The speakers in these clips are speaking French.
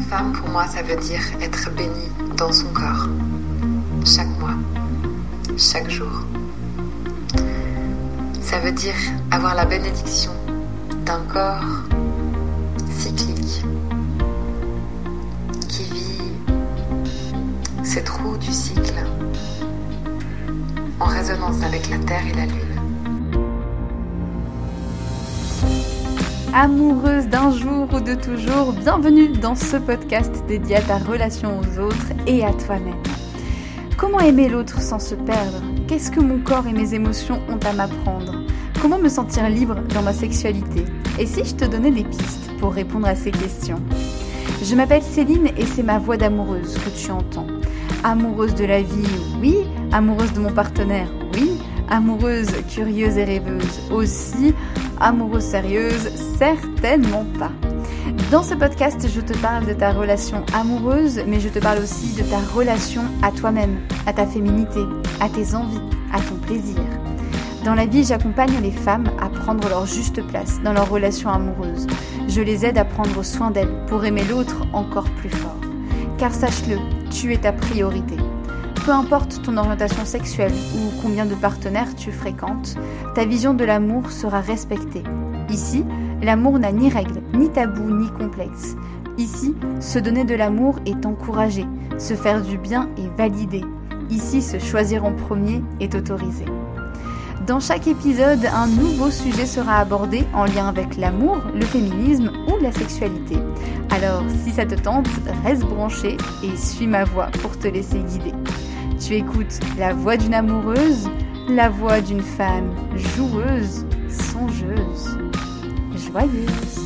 Femme, pour moi, ça veut dire être bénie dans son corps. Chaque mois, chaque jour. Ça veut dire avoir la bénédiction d'un corps cyclique qui vit ses trous du cycle en résonance avec la Terre et la Lune. Amoureuse d'un jour ou de toujours, bienvenue dans ce podcast dédié à ta relation aux autres et à toi-même. Comment aimer l'autre sans se perdre ? Qu'est-ce que mon corps et mes émotions ont à m'apprendre ? Comment me sentir libre dans ma sexualité ? Et si je te donnais des pistes pour répondre à ces questions ? Je m'appelle Céline et c'est ma voix d'amoureuse que tu entends. Amoureuse de la vie, oui. Amoureuse de mon partenaire, oui. Amoureuse, curieuse et rêveuse aussi. Amoureuse sérieuse, certainement pas. Dans ce podcast, je te parle de ta relation amoureuse, mais je te parle aussi de ta relation à toi-même, à ta féminité, à tes envies, à ton plaisir. Dans la vie, j'accompagne les femmes à prendre leur juste place dans leur relation amoureuse. Je les aide à prendre soin d'elles pour aimer l'autre encore plus fort. Car sache-le, tu es ta priorité. Peu importe ton orientation sexuelle ou combien de partenaires tu fréquentes, ta vision de l'amour sera respectée. Ici, l'amour n'a ni règles, ni tabous, ni complexes. Ici, se donner de l'amour est encouragé, se faire du bien est validé. Ici, se choisir en premier est autorisé. Dans chaque épisode, un nouveau sujet sera abordé en lien avec l'amour, le féminisme ou la sexualité. Alors, si ça te tente, reste branché et suis ma voix pour te laisser guider. Tu écoutes la voix d'une amoureuse, la voix d'une femme joueuse, songeuse, joyeuse.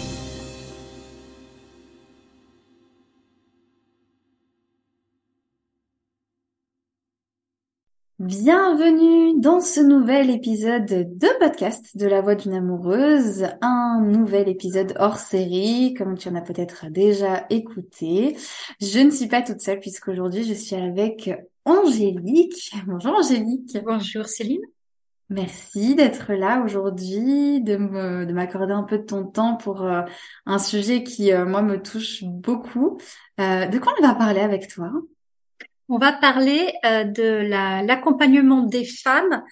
Bienvenue dans ce nouvel épisode de podcast de la voix d'une amoureuse, un nouvel épisode hors série, comme tu en as peut-être déjà écouté. Je ne suis pas toute seule puisqu'aujourd'hui je suis avec Angélique. Bonjour Angélique. Bonjour Céline. Merci d'être là aujourd'hui, de m'accorder un peu de ton temps pour un sujet qui, moi, me touche beaucoup. De quoi on va parler avec toi ? On va parler de l'accompagnement des femmes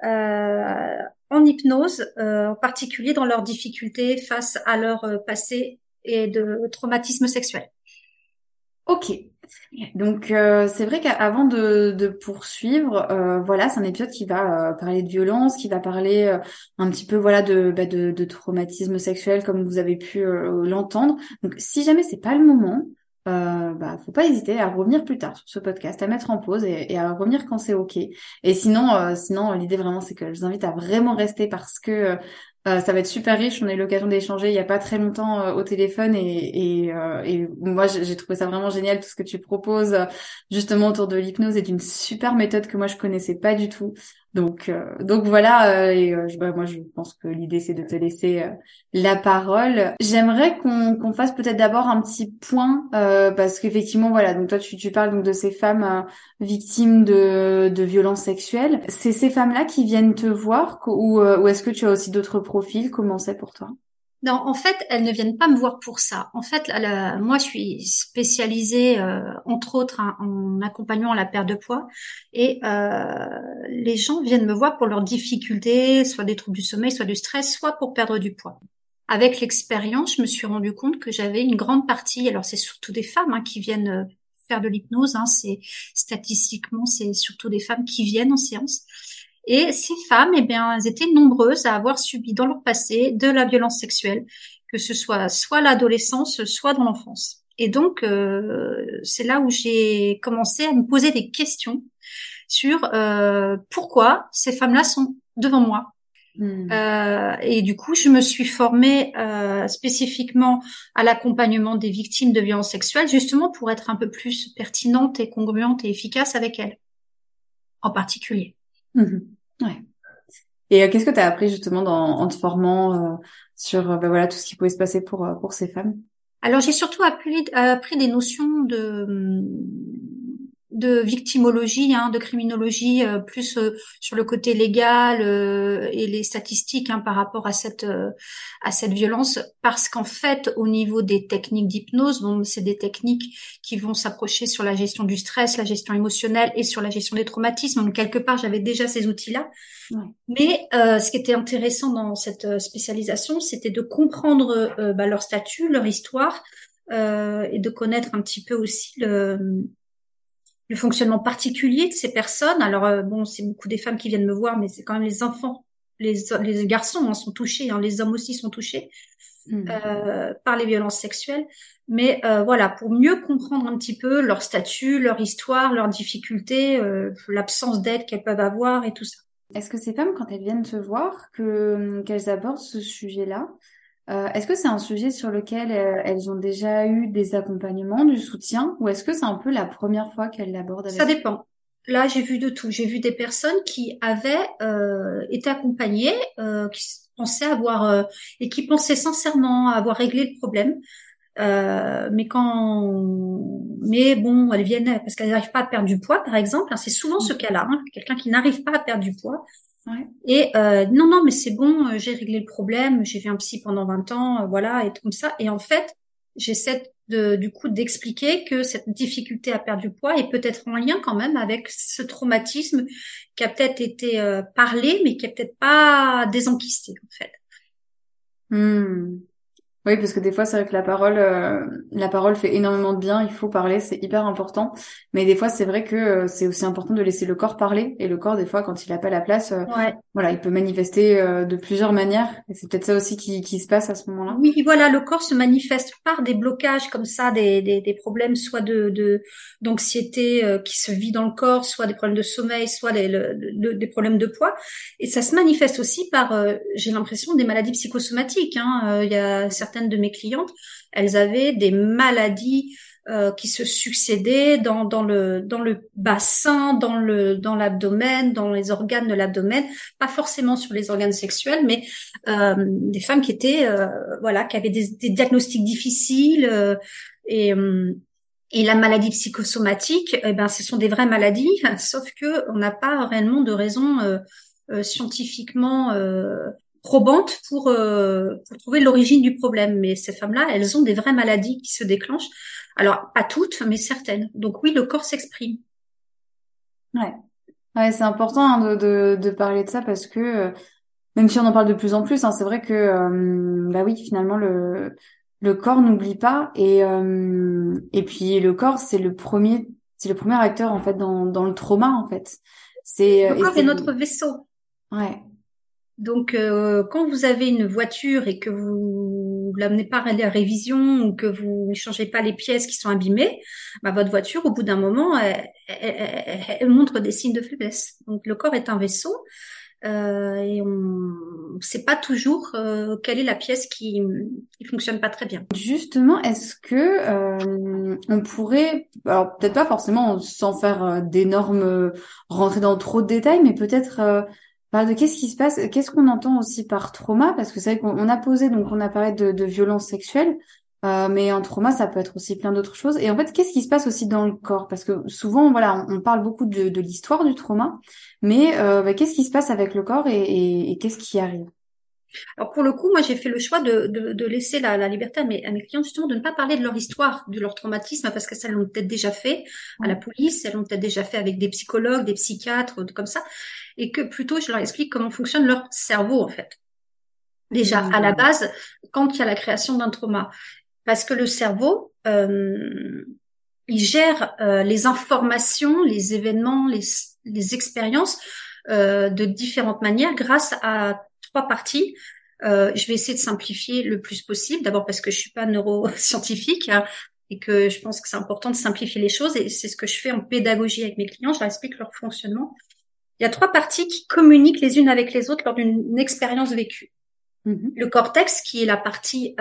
en hypnose, en particulier dans leurs difficultés face à leur passé et de traumatisme sexuel. Ok. Donc c'est vrai qu'avant de poursuivre, voilà, c'est un épisode qui va parler de violence, qui va parler un petit peu voilà de traumatisme sexuel comme vous avez pu l'entendre. Donc si jamais c'est pas le moment, faut pas hésiter à revenir plus tard sur ce podcast, à mettre en pause et à revenir quand c'est ok. Et sinon l'idée vraiment c'est que je vous invite à vraiment rester parce que ça va être super riche. On a eu l'occasion d'échanger il y a pas très longtemps au téléphone et moi j'ai trouvé ça vraiment génial tout ce que tu proposes justement autour de l'hypnose et d'une super méthode que moi je connaissais pas du tout. Donc voilà moi je pense que l'idée c'est de te laisser la parole. J'aimerais qu'on fasse peut-être d'abord un petit point parce qu'effectivement voilà donc toi tu parles donc de ces femmes victimes de violences sexuelles. C'est ces femmes-là qui viennent te voir ou est-ce que tu as aussi d'autres profils? Comment c'est pour toi? Non, en fait, elles ne viennent pas me voir pour ça. En fait, moi, je suis spécialisée, entre autres, en accompagnement à la perte de poids. Et les gens viennent me voir pour leurs difficultés, soit des troubles du sommeil, soit du stress, soit pour perdre du poids. Avec l'expérience, je me suis rendu compte que j'avais une grande partie, alors c'est surtout des femmes qui viennent faire de l'hypnose. Statistiquement, c'est surtout des femmes qui viennent en séance. Et ces femmes, elles étaient nombreuses à avoir subi dans leur passé de la violence sexuelle, que ce soit à l'adolescence, soit dans l'enfance. Et donc, c'est là où j'ai commencé à me poser des questions sur pourquoi ces femmes-là sont devant moi. Et du coup, je me suis formée spécifiquement à l'accompagnement des victimes de violences sexuelles, justement pour être un peu plus pertinente et congruente et efficace avec elles, en particulier. Ouais. Et qu'est-ce que tu as appris justement en te formant sur voilà tout ce qui pouvait se passer pour ces femmes? Alors j'ai surtout appris des notions de victimologie, de criminologie, plus sur le côté légal et les statistiques par rapport à cette violence, parce qu'en fait, au niveau des techniques d'hypnose, bon, c'est des techniques qui vont s'approcher sur la gestion du stress, la gestion émotionnelle et sur la gestion des traumatismes. Donc quelque part, j'avais déjà ces outils-là. Ouais. Mais ce qui était intéressant dans cette spécialisation, c'était de comprendre leur statut, leur histoire, et de connaître un petit peu aussi le fonctionnement particulier de ces personnes. Alors bon, c'est beaucoup des femmes qui viennent me voir, mais c'est quand même les enfants, les garçons sont touchés, les hommes aussi sont touchés par les violences sexuelles. Mais voilà, pour mieux comprendre un petit peu leur statut, leur histoire, leurs difficultés, l'absence d'aide qu'elles peuvent avoir et tout ça. Est-ce que ces femmes, quand elles viennent te voir, qu'elles abordent ce sujet-là, est-ce que c'est un sujet sur lequel elles ont déjà eu des accompagnements, du soutien, ou est-ce que c'est un peu la première fois qu'elles l'abordent avec... Ça dépend. Là, j'ai vu de tout. J'ai vu des personnes qui avaient été accompagnées, qui pensaient avoir et qui pensaient sincèrement avoir réglé le problème. Mais bon, elles viennent parce qu'elles n'arrivent pas à perdre du poids, par exemple. C'est souvent ce cas-là, quelqu'un qui n'arrive pas à perdre du poids. Ouais. Et non, mais c'est bon, j'ai réglé le problème, j'ai vu un psy pendant 20 ans, voilà, et tout comme ça. Et en fait, j'essaie du coup d'expliquer que cette difficulté à perdre du poids est peut-être en lien quand même avec ce traumatisme qui a peut-être été parlé, mais qui est peut-être pas désenquisté en fait. Oui, parce que des fois, c'est vrai que la parole fait énormément de bien. Il faut parler, c'est hyper important. Mais des fois, c'est vrai que c'est aussi important de laisser le corps parler. Et le corps, des fois, quand il n'a pas la place, voilà, il peut manifester de plusieurs manières. Et c'est peut-être ça aussi qui se passe à ce moment-là. Oui, voilà, le corps se manifeste par des blocages comme ça, des problèmes, soit d'anxiété qui se vit dans le corps, soit des problèmes de sommeil, soit des problèmes de poids. Et ça se manifeste aussi par, j'ai l'impression, des maladies psychosomatiques. Il y a certaines de mes clientes, elles avaient des maladies qui se succédaient dans le bassin, dans l'abdomen, dans les organes de l'abdomen, pas forcément sur les organes sexuels, mais des femmes qui étaient qui avaient des diagnostics difficiles et la maladie psychosomatique, ce sont des vraies maladies, sauf que on n'a pas réellement de raison scientifiquement probante pour trouver l'origine du problème. Mais ces femmes-là, elles ont des vraies maladies qui se déclenchent. Alors, pas toutes, mais certaines. Donc oui, le corps s'exprime. Ouais, c'est important de parler de ça parce que même si on en parle de plus en plus, c'est vrai que oui, finalement le corps n'oublie pas et puis le corps c'est le premier acteur en fait dans le trauma en fait. Le corps est notre vaisseau. Ouais. Donc, quand vous avez une voiture et que vous l'amenez pas à la révision ou que vous ne changez pas les pièces qui sont abîmées, votre voiture, au bout d'un moment, elle montre des signes de faiblesse. Donc, le corps est un vaisseau et on ne sait pas toujours quelle est la pièce qui fonctionne pas très bien. Justement, est-ce que on pourrait, alors peut-être pas forcément sans faire d'énormes rentrer dans trop de détails, mais peut-être de qu'est-ce qui se passe, qu'est-ce qu'on entend aussi par trauma, parce que c'est vrai qu'on a posé, donc on a parlé de violence sexuelle, mais un trauma, ça peut être aussi plein d'autres choses. Et en fait, qu'est-ce qui se passe aussi dans le corps? Parce que souvent, voilà, on parle beaucoup de l'histoire du trauma, mais qu'est-ce qui se passe avec le corps et qu'est-ce qui arrive? Alors pour le coup, moi j'ai fait le choix de laisser la liberté à mes clients justement de ne pas parler de leur histoire, de leur traumatisme, parce que ça elles l'ont peut-être déjà fait à la police, elles l'ont peut-être déjà fait avec des psychologues, des psychiatres, comme ça, et que plutôt je leur explique comment fonctionne leur cerveau en fait. Déjà à la base, quand il y a la création d'un trauma, parce que le cerveau, il gère les informations, les événements, les expériences de différentes manières grâce à 3 parties. Je vais essayer de simplifier le plus possible. D'abord parce que je suis pas neuroscientifique et que je pense que c'est important de simplifier les choses. Et c'est ce que je fais en pédagogie avec mes clients. Je leur explique leur fonctionnement. Il y a 3 parties qui communiquent les unes avec les autres lors d'une expérience vécue. Le cortex, qui est la partie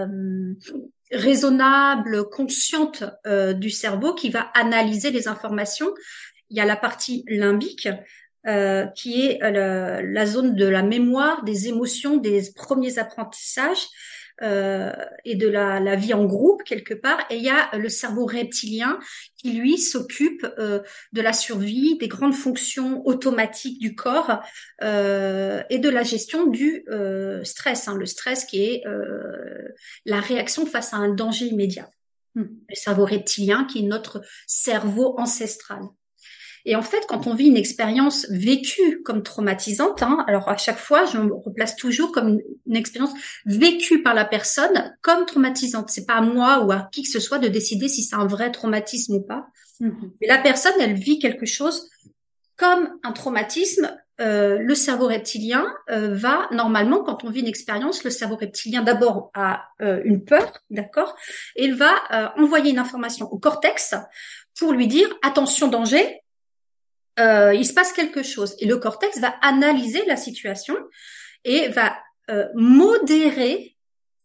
raisonnable, consciente du cerveau, qui va analyser les informations. Il y a la partie limbique, qui est la zone de la mémoire, des émotions, des premiers apprentissages et de la vie en groupe quelque part. Et il y a le cerveau reptilien qui, lui, s'occupe de la survie, des grandes fonctions automatiques du corps et de la gestion du stress. Le stress qui est la réaction face à un danger immédiat. Le cerveau reptilien qui est notre cerveau ancestral. Et en fait, quand on vit une expérience vécue comme traumatisante, alors à chaque fois, je me replace toujours comme une expérience vécue par la personne comme traumatisante. C'est pas à moi ou à qui que ce soit de décider si c'est un vrai traumatisme ou pas. Mais la personne, elle vit quelque chose comme un traumatisme. Le cerveau reptilien va normalement, quand on vit une expérience, le cerveau reptilien d'abord a une peur, d'accord, et il va envoyer une information au cortex pour lui dire attention danger. Il se passe quelque chose et le cortex va analyser la situation et va modérer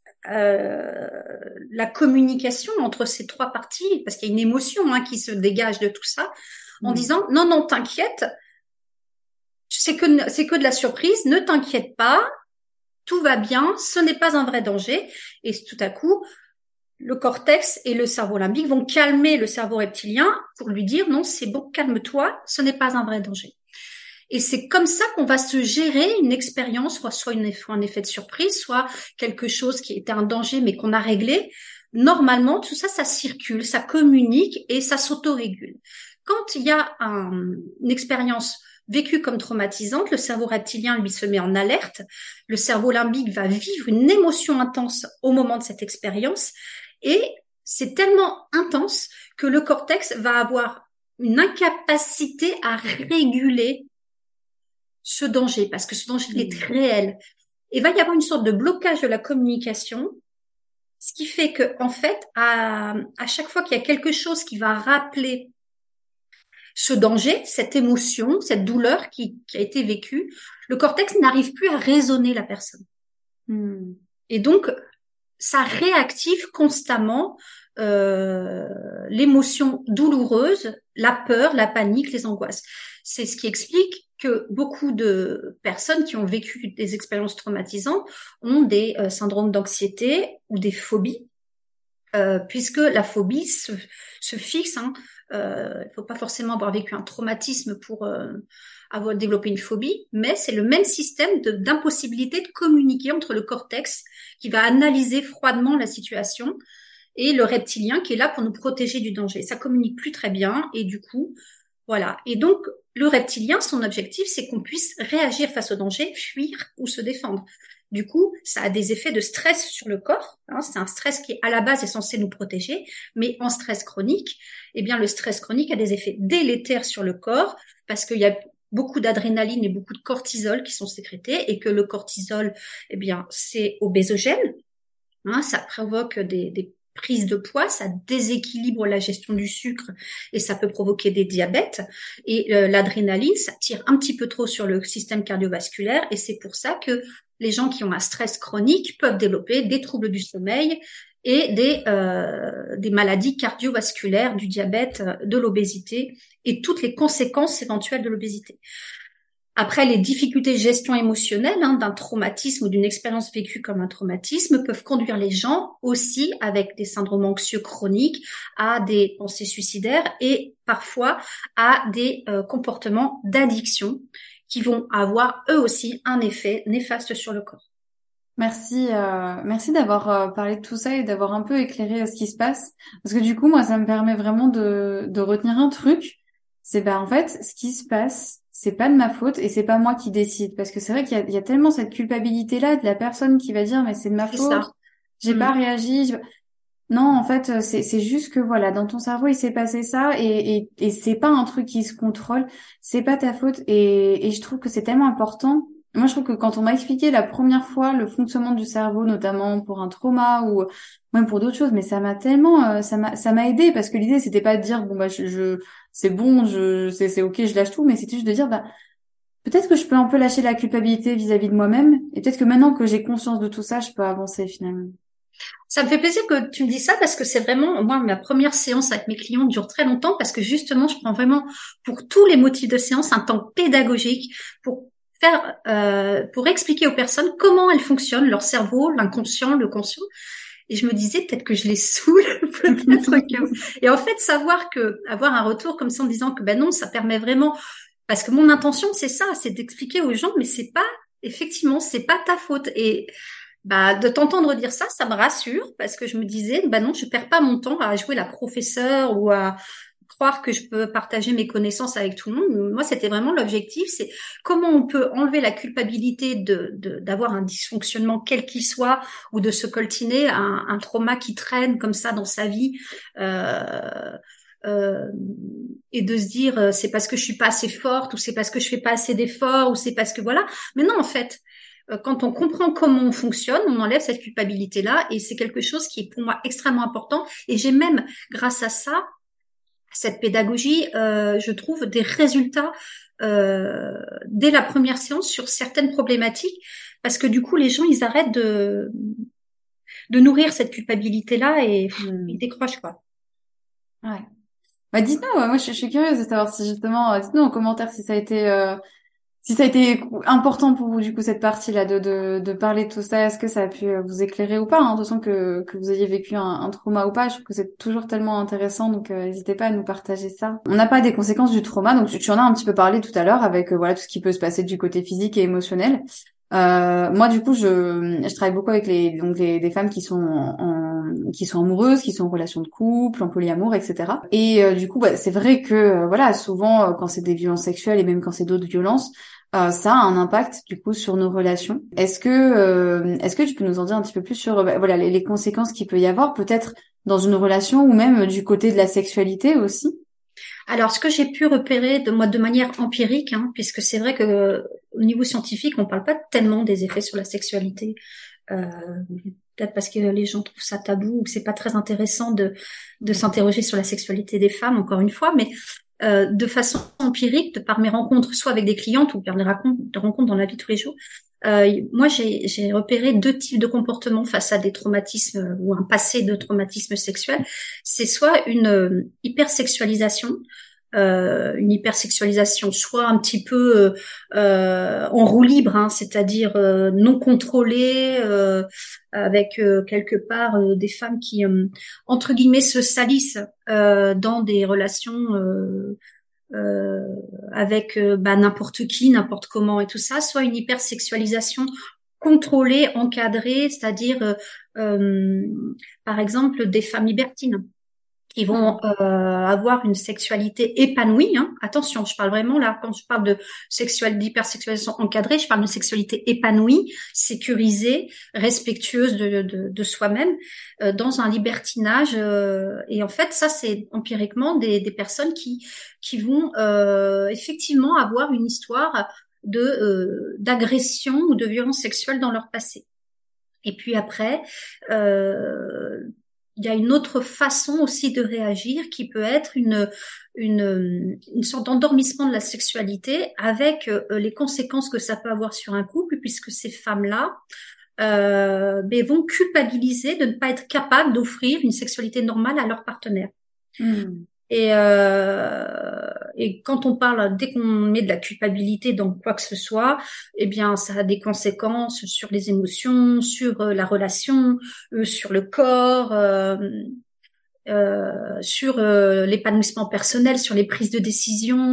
la communication entre ces trois parties parce qu'il y a une émotion qui se dégage de tout ça en disant non t'inquiète, c'est que de la surprise, ne t'inquiète pas, tout va bien, ce n'est pas un vrai danger. Et tout à coup le cortex et le cerveau limbique vont calmer le cerveau reptilien pour lui dire non, c'est bon, calme-toi, ce n'est pas un vrai danger. Et c'est comme ça qu'on va se gérer une expérience, soit un effet de surprise, soit quelque chose qui était un danger mais qu'on a réglé. Normalement, tout ça, ça circule, ça communique et ça s'autorégule. Quand il y a une expérience vécue comme traumatisante, le cerveau reptilien, lui, se met en alerte. Le cerveau limbique va vivre une émotion intense au moment de cette expérience. Et c'est tellement intense que le cortex va avoir une incapacité à réguler ce danger, parce que ce danger il est très réel. Et va y avoir une sorte de blocage de la communication, ce qui fait que, en fait, à chaque fois qu'il y a quelque chose qui va rappeler ce danger, cette émotion, cette douleur qui a été vécue, le cortex n'arrive plus à raisonner la personne. Et donc, ça réactive constamment l'émotion douloureuse, la peur, la panique, les angoisses. C'est ce qui explique que beaucoup de personnes qui ont vécu des expériences traumatisantes ont des syndromes d'anxiété ou des phobies, puisque la phobie se fixe. Il faut pas forcément avoir vécu un traumatisme pour avoir développé une phobie, mais c'est le même système d'impossibilité de communiquer entre le cortex qui va analyser froidement la situation et le reptilien qui est là pour nous protéger du danger. Ça communique plus très bien et du coup, voilà. Et donc, le reptilien, son objectif, c'est qu'on puisse réagir face au danger, fuir ou se défendre. Du coup, ça a des effets de stress sur le corps. C'est un stress qui, à la base, est censé nous protéger, mais en stress chronique, eh bien, le stress chronique a des effets délétères sur le corps parce qu'il y a beaucoup d'adrénaline et beaucoup de cortisol qui sont sécrétés et que le cortisol, eh bien, c'est obésogène. Ça provoque des prises de poids, ça déséquilibre la gestion du sucre et ça peut provoquer des diabètes. Et l'adrénaline, ça tire un petit peu trop sur le système cardiovasculaire et c'est pour ça que les gens qui ont un stress chronique peuvent développer des troubles du sommeil et des maladies cardiovasculaires, du diabète, de l'obésité et toutes les conséquences éventuelles de l'obésité. Après, les difficultés de gestion émotionnelle d'un traumatisme ou d'une expérience vécue comme un traumatisme peuvent conduire les gens aussi avec des syndromes anxieux chroniques à des pensées suicidaires et parfois à des comportements d'addiction qui vont avoir eux aussi un effet néfaste sur le corps. Merci d'avoir parlé de tout ça et d'avoir un peu éclairé ce qui se passe. Parce que du coup, moi, ça me permet vraiment de retenir un truc. C'est en fait, ce qui se passe, c'est pas de ma faute et c'est pas moi qui décide. Parce que c'est vrai qu'il y a tellement cette culpabilité-là de la personne qui va dire, mais c'est de ma faute, j'ai pas réagi. Non, en fait, c'est juste que voilà, dans ton cerveau, il s'est passé ça et c'est pas un truc qui se contrôle, c'est pas ta faute et je trouve que c'est tellement important. Moi, je trouve que quand on m'a expliqué la première fois le fonctionnement du cerveau, notamment pour un trauma ou même pour d'autres choses, mais ça m'a tellement, ça m'a aidé parce que l'idée c'était pas de dire bon c'est bon, c'est ok, je lâche tout, mais c'était juste de dire peut-être que je peux un peu lâcher la culpabilité vis-à-vis de moi-même et peut-être que maintenant que j'ai conscience de tout ça, je peux avancer finalement. Ça me fait plaisir que tu me dis ça parce que c'est vraiment, moi, ma première séance avec mes clients dure très longtemps parce que justement, je prends vraiment pour tous les motifs de séance un temps pédagogique pour pour expliquer aux personnes comment elles fonctionnent, leur cerveau, l'inconscient, le conscient. Et je me disais peut-être que je les saoule, peut-être que. Et en fait, avoir un retour comme ça en disant que ben non, ça permet vraiment, parce que mon intention c'est ça, c'est d'expliquer aux gens, mais c'est pas, effectivement, c'est pas ta faute. Et bah, de t'entendre dire ça, ça me rassure parce que je me disais, bah non, je perds pas mon temps à jouer la professeure ou à croire que je peux partager mes connaissances avec tout le monde. Moi, c'était vraiment l'objectif, c'est comment on peut enlever la culpabilité d'avoir un dysfonctionnement quel qu'il soit ou de se coltiner un trauma qui traîne comme ça dans sa vie. Euh, euh, et de se dire c'est parce que je suis pas assez forte ou c'est parce que je fais pas assez d'efforts ou c'est parce que voilà. Mais non, en fait, quand on comprend comment on fonctionne, on enlève cette culpabilité-là et c'est quelque chose qui est pour moi extrêmement important. Et j'ai même, grâce à ça, cette pédagogie, je trouve des résultats dès la première séance sur certaines problématiques parce que du coup, les gens, ils arrêtent de nourrir cette culpabilité-là et ils décrochent, quoi. Ouais. Bah dites-nous, moi je suis curieuse de savoir si justement, dites-nous en commentaire si ça a été important pour vous du coup cette partie-là de parler de tout ça, est-ce que ça a pu vous éclairer ou pas, hein, de toute façon que vous ayez vécu un trauma ou pas, je trouve que c'est toujours tellement intéressant, donc n'hésitez pas à nous partager ça. On n'a pas des conséquences du trauma, donc tu en as un petit peu parlé tout à l'heure avec voilà tout ce qui peut se passer du côté physique et émotionnel. Moi du coup je travaille beaucoup avec des femmes qui sont qui sont amoureuses, qui sont en relation de couple, en polyamour, etc. Et du coup bah, c'est vrai que voilà souvent quand c'est des violences sexuelles et même quand c'est d'autres violences ça a un impact du coup sur nos relations. Est-ce que tu peux nous en dire un petit peu plus sur voilà les conséquences qu'il peut y avoir peut-être dans une relation ou même du côté de la sexualité aussi? Alors, ce que j'ai pu repérer de manière empirique, hein, puisque c'est vrai que au niveau scientifique, on parle pas tellement des effets sur la sexualité, euh, peut-être parce que les gens trouvent ça tabou ou que c'est pas très intéressant de s'interroger sur la sexualité des femmes, encore une fois, mais de façon empirique, de par mes rencontres, soit avec des clientes ou par les rencontres dans la vie de tous les jours, moi j'ai repéré deux types de comportements face à des traumatismes ou un passé de traumatisme sexuel. C'est soit une hypersexualisation, soit un petit peu en roue libre, hein, c'est-à-dire non contrôlée, avec quelque part des femmes qui, entre guillemets, se salissent dans des relations euh, avec n'importe qui, n'importe comment et tout ça, soit une hypersexualisation contrôlée, encadrée, c'est-à-dire par exemple des femmes libertines qui vont avoir une sexualité épanouie. Hein. Attention, je parle vraiment là, quand je parle d'hypersexualisation encadrée, je parle de sexualité épanouie, sécurisée, respectueuse de soi-même, dans un libertinage. Et en fait, ça, c'est empiriquement des personnes qui vont effectivement avoir une histoire d'agression ou de violence sexuelle dans leur passé. Et puis après, il y a une autre façon aussi de réagir qui peut être une sorte d'endormissement de la sexualité avec les conséquences que ça peut avoir sur un couple, puisque ces femmes-là vont culpabiliser de ne pas être capables d'offrir une sexualité normale à leur partenaire. Et quand on parle, dès qu'on met de la culpabilité dans quoi que ce soit, eh bien, ça a des conséquences sur les émotions, sur la relation, sur le corps, sur l'épanouissement personnel, sur les prises de décision,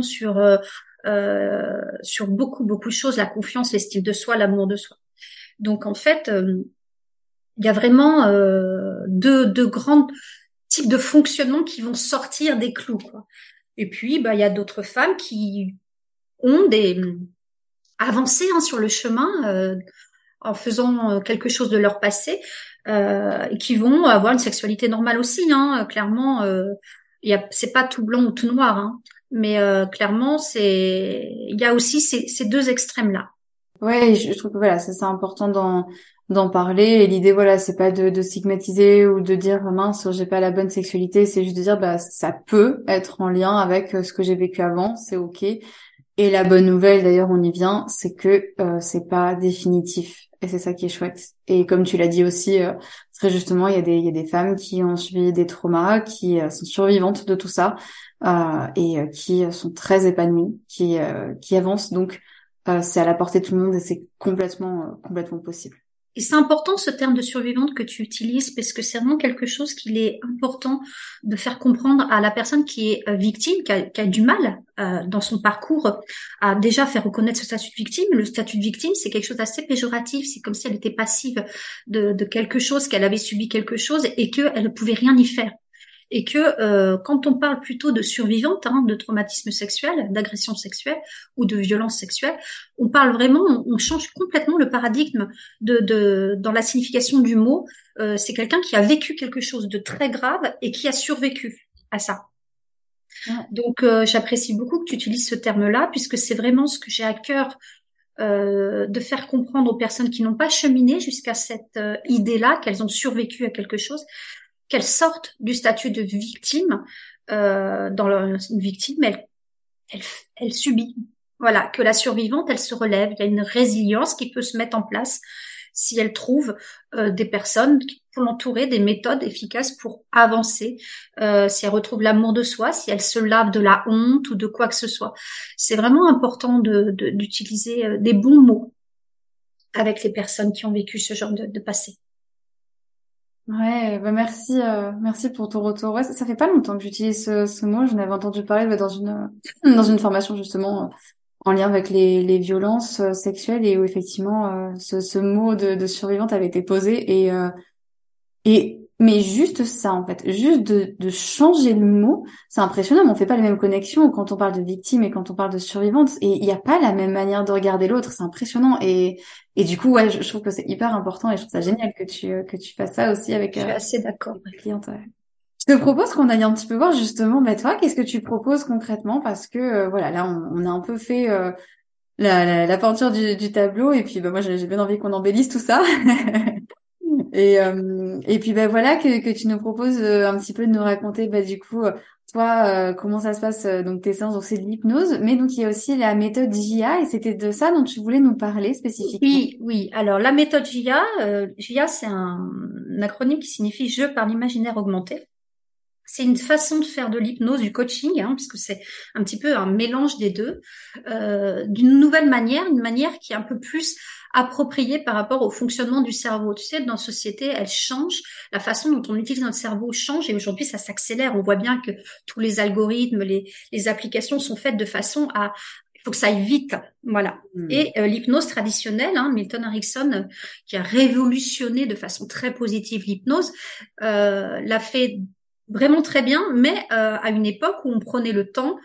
sur beaucoup, beaucoup de choses, la confiance, l'estime de soi, l'amour de soi. Donc, en fait, il y a vraiment deux grandes types de fonctionnement qui vont sortir des clous, quoi. Et puis, il y a d'autres femmes qui ont avancé sur le chemin en faisant quelque chose de leur passé et qui vont avoir une sexualité normale aussi. Hein. Clairement, c'est pas tout blanc ou tout noir, hein. Mais clairement, il y a aussi ces deux extrêmes-là. Ouais, je trouve que voilà, c'est important d'en parler. Et l'idée, voilà, c'est pas de stigmatiser ou de dire mince, j'ai pas la bonne sexualité. C'est juste de dire, ça peut être en lien avec ce que j'ai vécu avant, c'est ok. Et la bonne nouvelle, d'ailleurs, on y vient, c'est que c'est pas définitif. Et c'est ça qui est chouette. Et comme tu l'as dit aussi, Très justement, il y a des femmes qui ont subi des traumas, qui sont survivantes de tout ça et qui sont très épanouies, qui avancent. Donc, c'est à la portée de tout le monde et c'est complètement possible. Et c'est important ce terme de survivante que tu utilises parce que c'est vraiment quelque chose qu'il est important de faire comprendre à la personne qui est victime, qui a du mal dans son parcours à déjà faire reconnaître ce statut de victime. Le statut de victime, c'est quelque chose d'assez péjoratif. C'est comme si elle était passive de quelque chose, qu'elle avait subi quelque chose et qu'elle ne pouvait rien y faire. Et que quand on parle plutôt de survivante, de traumatisme sexuel, d'agression sexuelle ou de violence sexuelle, on parle vraiment, on change complètement le paradigme dans la signification du mot. C'est quelqu'un qui a vécu quelque chose de très grave et qui a survécu à ça. Ouais. Donc j'apprécie beaucoup que tu utilises ce terme-là puisque c'est vraiment ce que j'ai à cœur de faire comprendre aux personnes qui n'ont pas cheminé jusqu'à cette idée-là, qu'elles ont survécu à quelque chose, qu'elles sortent du statut de victime. Une victime, elle subit. Voilà, que la survivante, elle se relève. Il y a une résilience qui peut se mettre en place si elle trouve des personnes pour l'entourer, des méthodes efficaces pour avancer. Si elle retrouve l'amour de soi, si elle se lave de la honte ou de quoi que ce soit. C'est vraiment important d'utiliser des bons mots avec les personnes qui ont vécu ce genre de passé. Ouais, merci pour ton retour. Ouais, ça fait pas longtemps que j'utilise ce mot. J'en avais entendu parler dans une formation justement en lien avec les violences sexuelles et où effectivement ce mot de survivante avait été posé mais juste ça en fait, juste de changer le mot, c'est impressionnant. Mais on fait pas les mêmes connexions quand on parle de victime et quand on parle de survivante et il y a pas la même manière de regarder l'autre. C'est impressionnant et du coup ouais, je trouve que c'est hyper important et je trouve ça génial que tu fasses ça aussi avec je suis assez d'accord les clientes. Ouais. Je te propose qu'on aille un petit peu voir justement, toi, qu'est-ce que tu proposes concrètement parce que voilà, là on a un peu fait la peinture du tableau et puis moi j'ai bien envie qu'on embellisse tout ça. Et puis voilà que tu nous proposes un petit peu de nous raconter du coup toi comment ça se passe donc tes séances, donc c'est de l'hypnose mais donc il y a aussi la méthode JIA et c'était de ça dont tu voulais nous parler spécifiquement. Oui, alors la méthode JIA, JIA c'est un acronyme qui signifie jeu par l'imaginaire augmenté. C'est une façon de faire de l'hypnose, du coaching, puisque c'est un petit peu un mélange des deux, d'une nouvelle manière, une manière qui est un peu plus appropriée par rapport au fonctionnement du cerveau. Tu sais, dans la société, elle change, la façon dont on utilise notre cerveau change, et aujourd'hui, ça s'accélère. On voit bien que tous les algorithmes, les applications sont faites de façon à il faut que ça aille vite, voilà. Et l'hypnose traditionnelle, Milton Erickson, qui a révolutionné de façon très positive l'hypnose, l'a fait vraiment très bien, mais à une époque où on prenait le temps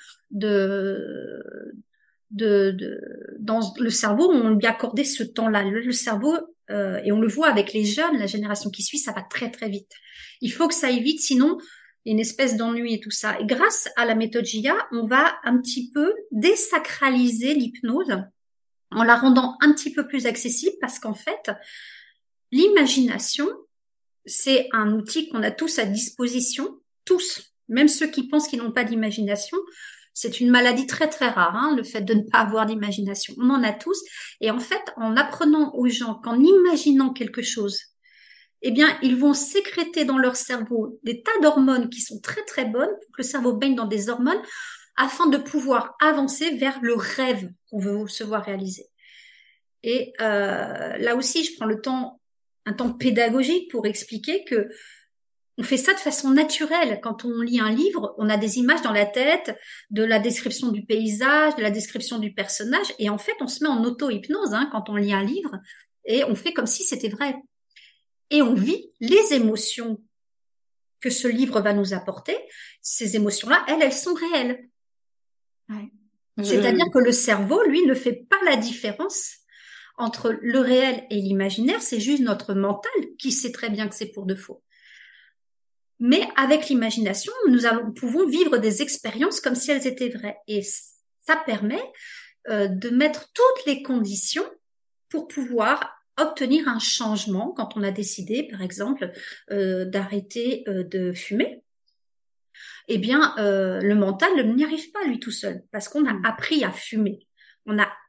dans le cerveau, on lui accordait ce temps-là. Le cerveau, et on le voit avec les jeunes, la génération qui suit, ça va très très vite. Il faut que ça aille vite, sinon il y a une espèce d'ennui et tout ça. Et grâce à la méthode JIA, on va un petit peu désacraliser l'hypnose en la rendant un petit peu plus accessible parce qu'en fait, l'imagination, c'est un outil qu'on a tous à disposition, tous, même ceux qui pensent qu'ils n'ont pas d'imagination. C'est une maladie très très rare, le fait de ne pas avoir d'imagination. On en a tous. Et en fait, en apprenant aux gens qu'en imaginant quelque chose, eh bien, ils vont sécréter dans leur cerveau des tas d'hormones qui sont très très bonnes, pour que le cerveau baigne dans des hormones, afin de pouvoir avancer vers le rêve qu'on veut se voir réaliser. Et là aussi, je prends un temps pédagogique pour expliquer que on fait ça de façon naturelle. Quand on lit un livre, on a des images dans la tête, de la description du paysage, de la description du personnage, et en fait, on se met en auto-hypnose quand on lit un livre, et on fait comme si c'était vrai. Et on vit les émotions que ce livre va nous apporter. Ces émotions-là, elles sont réelles. Ouais. C'est-à-dire que le cerveau, lui, ne fait pas la différence entre le réel et l'imaginaire, c'est juste notre mental qui sait très bien que c'est pour de faux. Mais avec l'imagination, nous pouvons vivre des expériences comme si elles étaient vraies. Et ça permet de mettre toutes les conditions pour pouvoir obtenir un changement quand on a décidé, par exemple, d'arrêter de fumer. Eh bien, le mental n'y arrive pas lui tout seul parce qu'on a appris à fumer. On a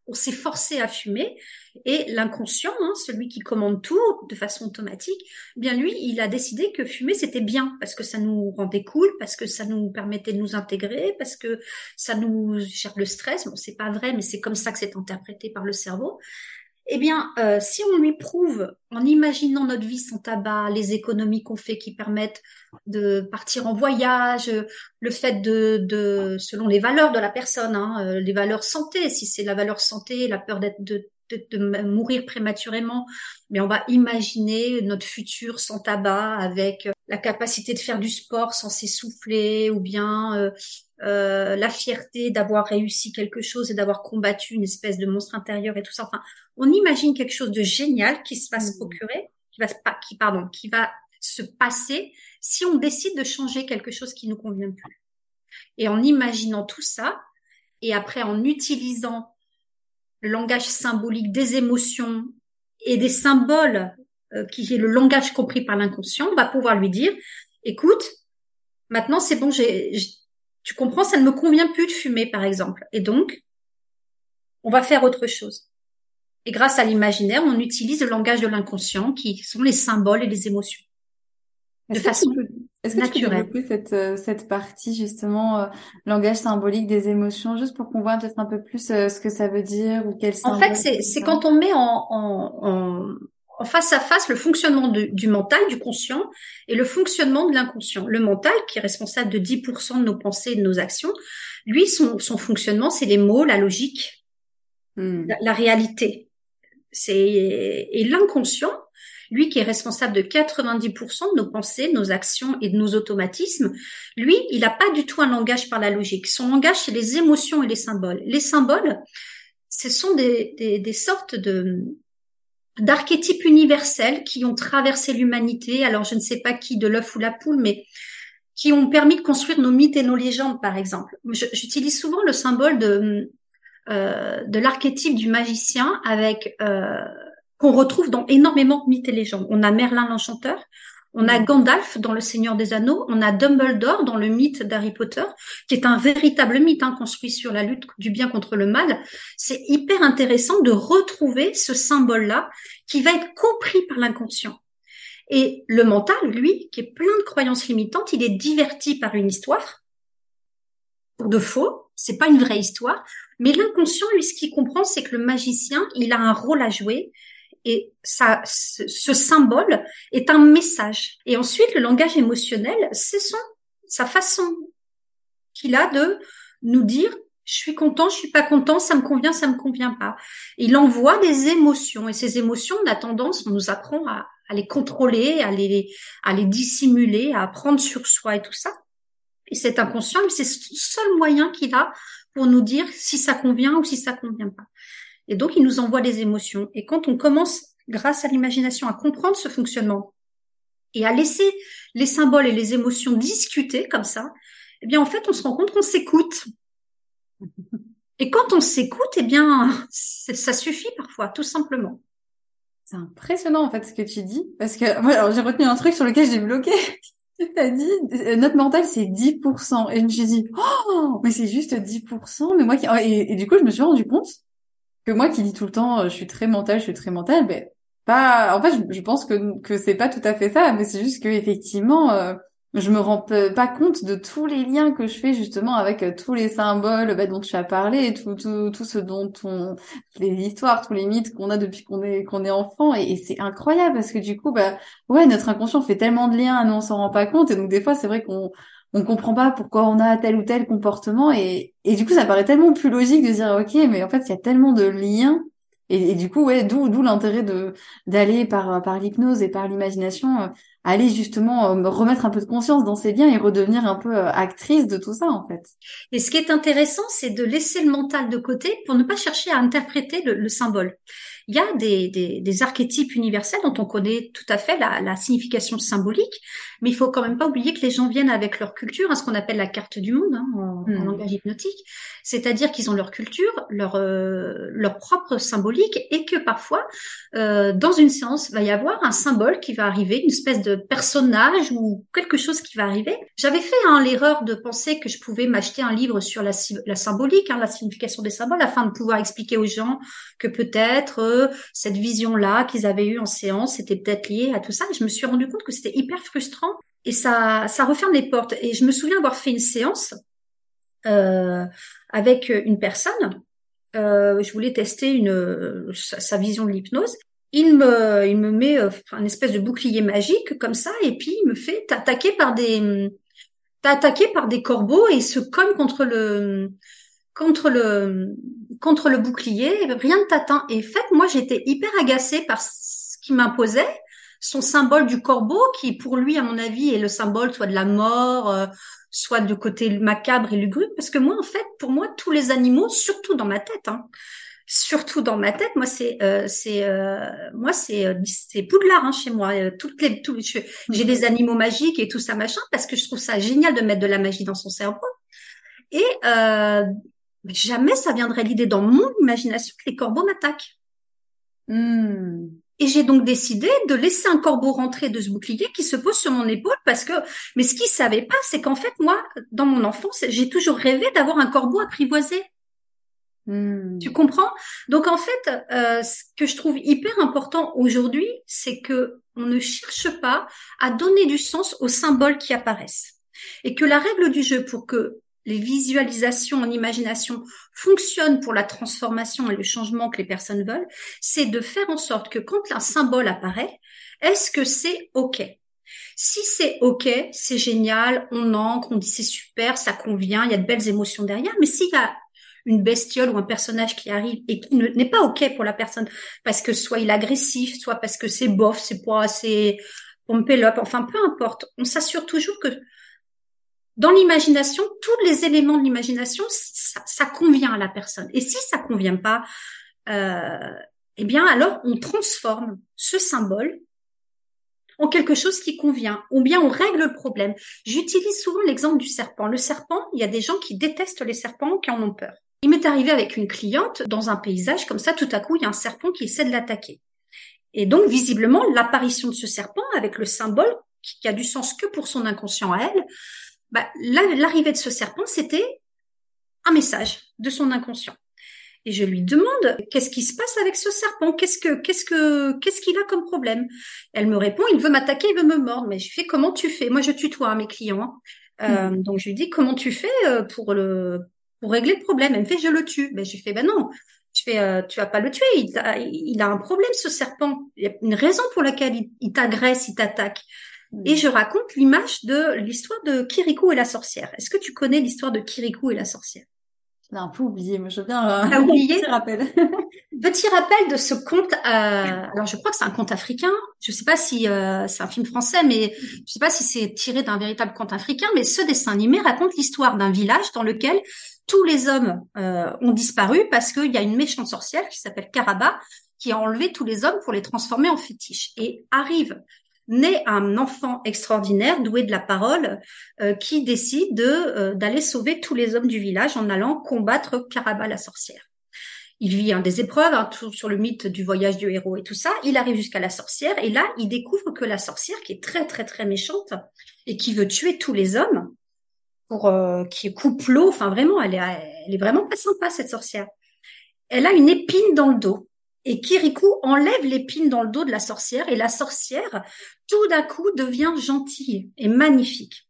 on s'est forcé à fumer et l'inconscient, hein, celui qui commande tout de façon automatique, eh bien lui, il a décidé que fumer c'était bien parce que ça nous rendait cool, parce que ça nous permettait de nous intégrer, parce que ça nous gère le stress. Bon, c'est pas vrai, mais c'est comme ça que c'est interprété par le cerveau. Eh bien, si on lui prouve, en imaginant notre vie sans tabac, les économies qu'on fait qui permettent de partir en voyage, le fait selon les valeurs de la personne, hein, les valeurs santé, si c'est la valeur santé, la peur de mourir prématurément, mais on va imaginer notre futur sans tabac avec la capacité de faire du sport sans s'essouffler, ou bien la fierté d'avoir réussi quelque chose et d'avoir combattu une espèce de monstre intérieur et tout ça. Enfin, on imagine quelque chose de génial qui se va se procurer, qui va se passer si on décide de changer quelque chose qui nous convient plus. Et en imaginant tout ça, et après en utilisant le langage symbolique des émotions et des symboles, qui est le langage compris par l'inconscient, on va pouvoir lui dire, écoute, maintenant c'est bon, tu comprends, ça ne me convient plus de fumer, par exemple. Et donc, on va faire autre chose. Et grâce à l'imaginaire, on utilise le langage de l'inconscient, qui sont les symboles et les émotions. De façon Est-ce que tu peux naturelle. développer cette partie, justement, langage symbolique des émotions, juste pour qu'on voit peut-être un peu plus ce que ça veut dire ou quel En symbole fait, c'est quand on met en face à face le fonctionnement du mental, du conscient, et le fonctionnement de l'inconscient. Le mental, qui est responsable de 10% de nos pensées et de nos actions, lui, son fonctionnement, c'est les mots, la logique, la réalité. Et l'inconscient, lui, qui est responsable de 90% de nos pensées, de nos actions et de nos automatismes, lui, il n'a pas du tout un langage par la logique. Son langage, c'est les émotions et les symboles. Les symboles, ce sont des sortes d'archétypes universels qui ont traversé l'humanité. Alors, je ne sais pas qui, de l'œuf ou la poule, mais qui ont permis de construire nos mythes et nos légendes, par exemple. J'utilise souvent le symbole de l'archétype du magicien avec qu'on retrouve dans énormément de mythes et légendes. On a Merlin l'Enchanteur, on a Gandalf dans Le Seigneur des Anneaux, on a Dumbledore dans le mythe d'Harry Potter, qui est un véritable mythe construit sur la lutte du bien contre le mal. C'est hyper intéressant de retrouver ce symbole-là qui va être compris par l'inconscient. Et le mental, lui, qui est plein de croyances limitantes, il est diverti par une histoire de faux, c'est pas une vraie histoire, mais l'inconscient, lui, ce qu'il comprend, c'est que le magicien, il a un rôle à jouer. Et ce symbole est un message. Et ensuite, le langage émotionnel, c'est sa façon qu'il a de nous dire, je suis content, je suis pas content, ça me convient pas. Et il envoie des émotions. Et ces émotions, on a tendance, on nous apprend à les contrôler, à les dissimuler, à prendre sur soi et tout ça. Et cet inconscient, c'est le seul moyen qu'il a pour nous dire si ça convient ou si ça convient pas. Et donc, il nous envoie des émotions. Et quand on commence, grâce à l'imagination, à comprendre ce fonctionnement et à laisser les symboles et les émotions discuter comme ça, eh bien, en fait, on se rend compte qu'on s'écoute. Et quand on s'écoute, eh bien, ça suffit parfois, tout simplement. C'est impressionnant, en fait, ce que tu dis. Parce que, moi, alors, j'ai retenu un truc sur lequel j'ai bloqué. Tu as dit, notre mental, c'est 10%. Et je me suis dit, oh, mais c'est juste 10%. Mais moi et du coup, je me suis rendu compte que moi qui dis tout le temps, je suis très mentale, ben, pas, en fait, je pense que c'est pas tout à fait ça, mais c'est juste que, effectivement, je me rends pas compte de tous les liens que je fais, justement, avec tous les symboles, dont tu as parlé, et tout ce dont les histoires, tous les mythes qu'on a depuis qu'on est enfant, et c'est incroyable, parce que du coup, ouais, notre inconscient fait tellement de liens, nous on s'en rend pas compte, et donc des fois, c'est vrai qu'on comprend pas pourquoi on a tel ou tel comportement, et du coup, ça paraît tellement plus logique de dire, ok, mais en fait, il y a tellement de liens, et du coup, ouais, d'où l'intérêt d'aller par l'hypnose et par l'imagination, aller justement remettre un peu de conscience dans ces liens et redevenir un peu actrice de tout ça, en fait. Et ce qui est intéressant, c'est de laisser le mental de côté pour ne pas chercher à interpréter le symbole. il y a des archétypes universels dont on connaît tout à fait la signification symbolique, mais il faut quand même pas oublier que les gens viennent avec leur culture, ce qu'on appelle la carte du monde, en langage hypnotique, c'est-à-dire qu'ils ont leur culture, leur propre symbolique, et que parfois, dans une séance, va y avoir un symbole qui va arriver, une espèce de personnage ou quelque chose qui va arriver. J'avais fait l'erreur de penser que je pouvais m'acheter un livre sur la symbolique, la signification des symboles, afin de pouvoir expliquer aux gens que peut-être cette vision-là qu'ils avaient eue en séance était peut-être liée à tout ça. Et je me suis rendu compte que c'était hyper frustrant et ça referme les portes. Et je me souviens avoir fait une séance avec une personne. Je voulais tester sa vision de l'hypnose. Il me met un espèce de bouclier magique comme ça, et puis il me fait t'es attaqué par des corbeaux et il se cogne contre le bouclier, et rien ne t'atteint. Et en fait, moi, j'étais hyper agacée par ce qu'il m'imposait, son symbole du corbeau, qui pour lui, à mon avis, est le symbole soit de la mort, soit du côté macabre et lugubre, parce que moi, en fait, pour moi, tous les animaux, surtout dans ma tête, moi c'est Poudlard chez moi. J'ai des animaux magiques et tout ça machin, parce que je trouve ça génial de mettre de la magie dans son cerveau. Et jamais ça viendrait l'idée dans mon imagination que les corbeaux m'attaquent. Et j'ai donc décidé de laisser un corbeau rentrer de ce bouclier qui se pose sur mon épaule, mais ce qu'il savait pas, c'est qu'en fait, moi, dans mon enfance, j'ai toujours rêvé d'avoir un corbeau apprivoisé. Tu comprends? Donc en fait, ce que je trouve hyper important aujourd'hui, c'est que on ne cherche pas à donner du sens aux symboles qui apparaissent, et que la règle du jeu pour que les visualisations en imagination fonctionnent pour la transformation et le changement que les personnes veulent, c'est de faire en sorte que quand un symbole apparaît, est-ce que c'est OK? Si c'est OK, c'est génial, on ancre, on dit c'est super, ça convient, il y a de belles émotions derrière, mais s'il y a une bestiole ou un personnage qui arrive et qui n'est pas OK pour la personne, parce que soit il est agressif, soit parce que c'est bof, c'est pas assez pompélope, enfin peu importe, on s'assure toujours que dans l'imagination, tous les éléments de l'imagination, ça convient à la personne. Et si ça convient pas, eh bien alors on transforme ce symbole en quelque chose qui convient, ou bien on règle le problème. J'utilise souvent l'exemple du serpent. Le serpent, il y a des gens qui détestent les serpents, qui en ont peur. Il m'est arrivé avec une cliente, dans un paysage comme ça, tout à coup, il y a un serpent qui essaie de l'attaquer. Et donc, visiblement, l'apparition de ce serpent, avec le symbole, qui a du sens que pour son inconscient à elle, l'arrivée de ce serpent, c'était un message de son inconscient. Et je lui demande, qu'est-ce qui se passe avec ce serpent? Qu'est-ce qu'il a comme problème? Elle me répond, il veut m'attaquer, il veut me mordre. Mais je fais, comment tu fais? Moi, je tutoie mes clients. Donc, je lui dis, comment tu fais pour régler le problème? Elle me fait, je le tue. Mais je lui fais, non. Je fais, tu vas pas le tuer. Il a un problème, ce serpent. Il y a une raison pour laquelle il t'agresse, il t'attaque. Et je raconte l'histoire de Kirikou et la sorcière. Est-ce que tu connais l'histoire de Kirikou et la sorcière? J'ai un peu oublié, mais je veux bien T'as oublié? Petit rappel. Petit rappel de ce conte. Alors, je crois que c'est un conte africain. Je sais pas si c'est un film français, mais je sais pas si c'est tiré d'un véritable conte africain. Mais ce dessin animé raconte l'histoire d'un village dans lequel tous les hommes ont disparu parce qu'il y a une méchante sorcière qui s'appelle Karaba qui a enlevé tous les hommes pour les transformer en fétiches. Et naît un enfant extraordinaire, doué de la parole, qui décide d'aller sauver tous les hommes du village en allant combattre Karaba la sorcière. Il vit des épreuves, tout sur le mythe du voyage du héros et tout ça. Il arrive jusqu'à la sorcière et là, il découvre que la sorcière, qui est très très très méchante et qui veut tuer tous les hommes, qui coupe l'eau, enfin vraiment, elle est vraiment pas sympa cette sorcière. Elle a une épine dans le dos. Et Kirikou enlève l'épine dans le dos de la sorcière et la sorcière, tout d'un coup, devient gentille et magnifique.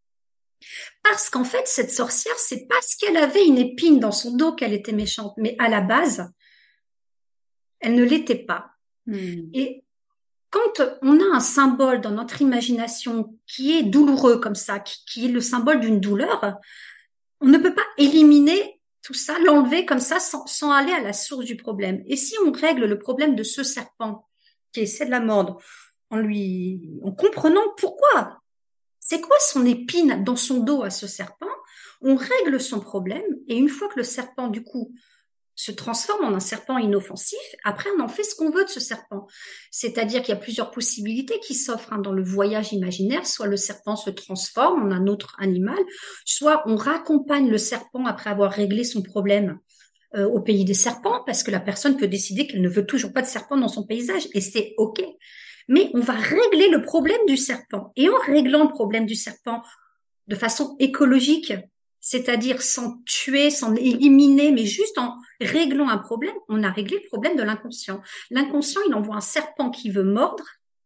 Parce qu'en fait, cette sorcière, c'est parce qu'elle avait une épine dans son dos qu'elle était méchante. Mais à la base, elle ne l'était pas. Et quand on a un symbole dans notre imagination qui est douloureux comme ça, qui est le symbole d'une douleur, on ne peut pas éliminer tout ça, l'enlever comme ça sans aller à la source du problème. Et si on règle le problème de ce serpent qui essaie de la mordre en comprenant pourquoi, c'est quoi son épine dans son dos à ce serpent, on règle son problème et une fois que le serpent du coup se transforme en un serpent inoffensif. Après, on en fait ce qu'on veut de ce serpent. C'est-à-dire qu'il y a plusieurs possibilités qui s'offrent dans le voyage imaginaire. Soit le serpent se transforme en un autre animal, soit on raccompagne le serpent après avoir réglé son problème au pays des serpents, parce que la personne peut décider qu'elle ne veut toujours pas de serpent dans son paysage, et c'est OK. Mais on va régler le problème du serpent. Et en réglant le problème du serpent de façon écologique, c'est-à-dire sans tuer, sans éliminer, mais juste en réglant un problème, on a réglé le problème de l'inconscient. L'inconscient, il envoie un serpent qui veut mordre,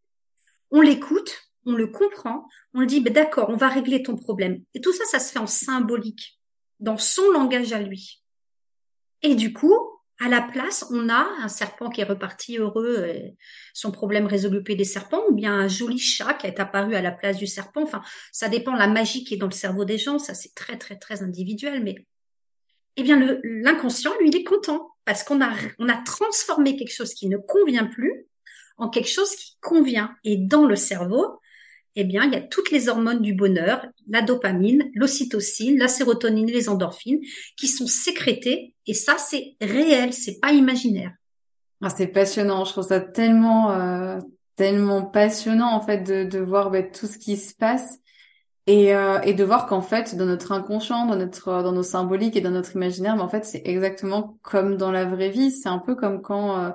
on l'écoute, on le comprend, on le dit, d'accord, on va régler ton problème. Et tout ça, ça se fait en symbolique, dans son langage à lui. Et du coup, à la place, on a un serpent qui est reparti heureux, son problème résolu au pays des serpents, ou bien un joli chat qui est apparu à la place du serpent. Enfin, ça dépend de la magie qui est dans le cerveau des gens. Ça, c'est très, très, très individuel. Mais, eh bien, l'inconscient, lui, il est content parce on a transformé quelque chose qui ne convient plus en quelque chose qui convient. Et dans le cerveau, eh bien, il y a toutes les hormones du bonheur, la dopamine, l'ocytocine, la sérotonine, les endorphines, qui sont sécrétées. Et ça, c'est réel, c'est pas imaginaire. Ah, c'est passionnant. Je trouve ça tellement passionnant, en fait, de voir tout ce qui se passe et de voir qu'en fait, dans notre inconscient, dans nos symboliques et dans notre imaginaire, en fait, c'est exactement comme dans la vraie vie. C'est un peu comme quand,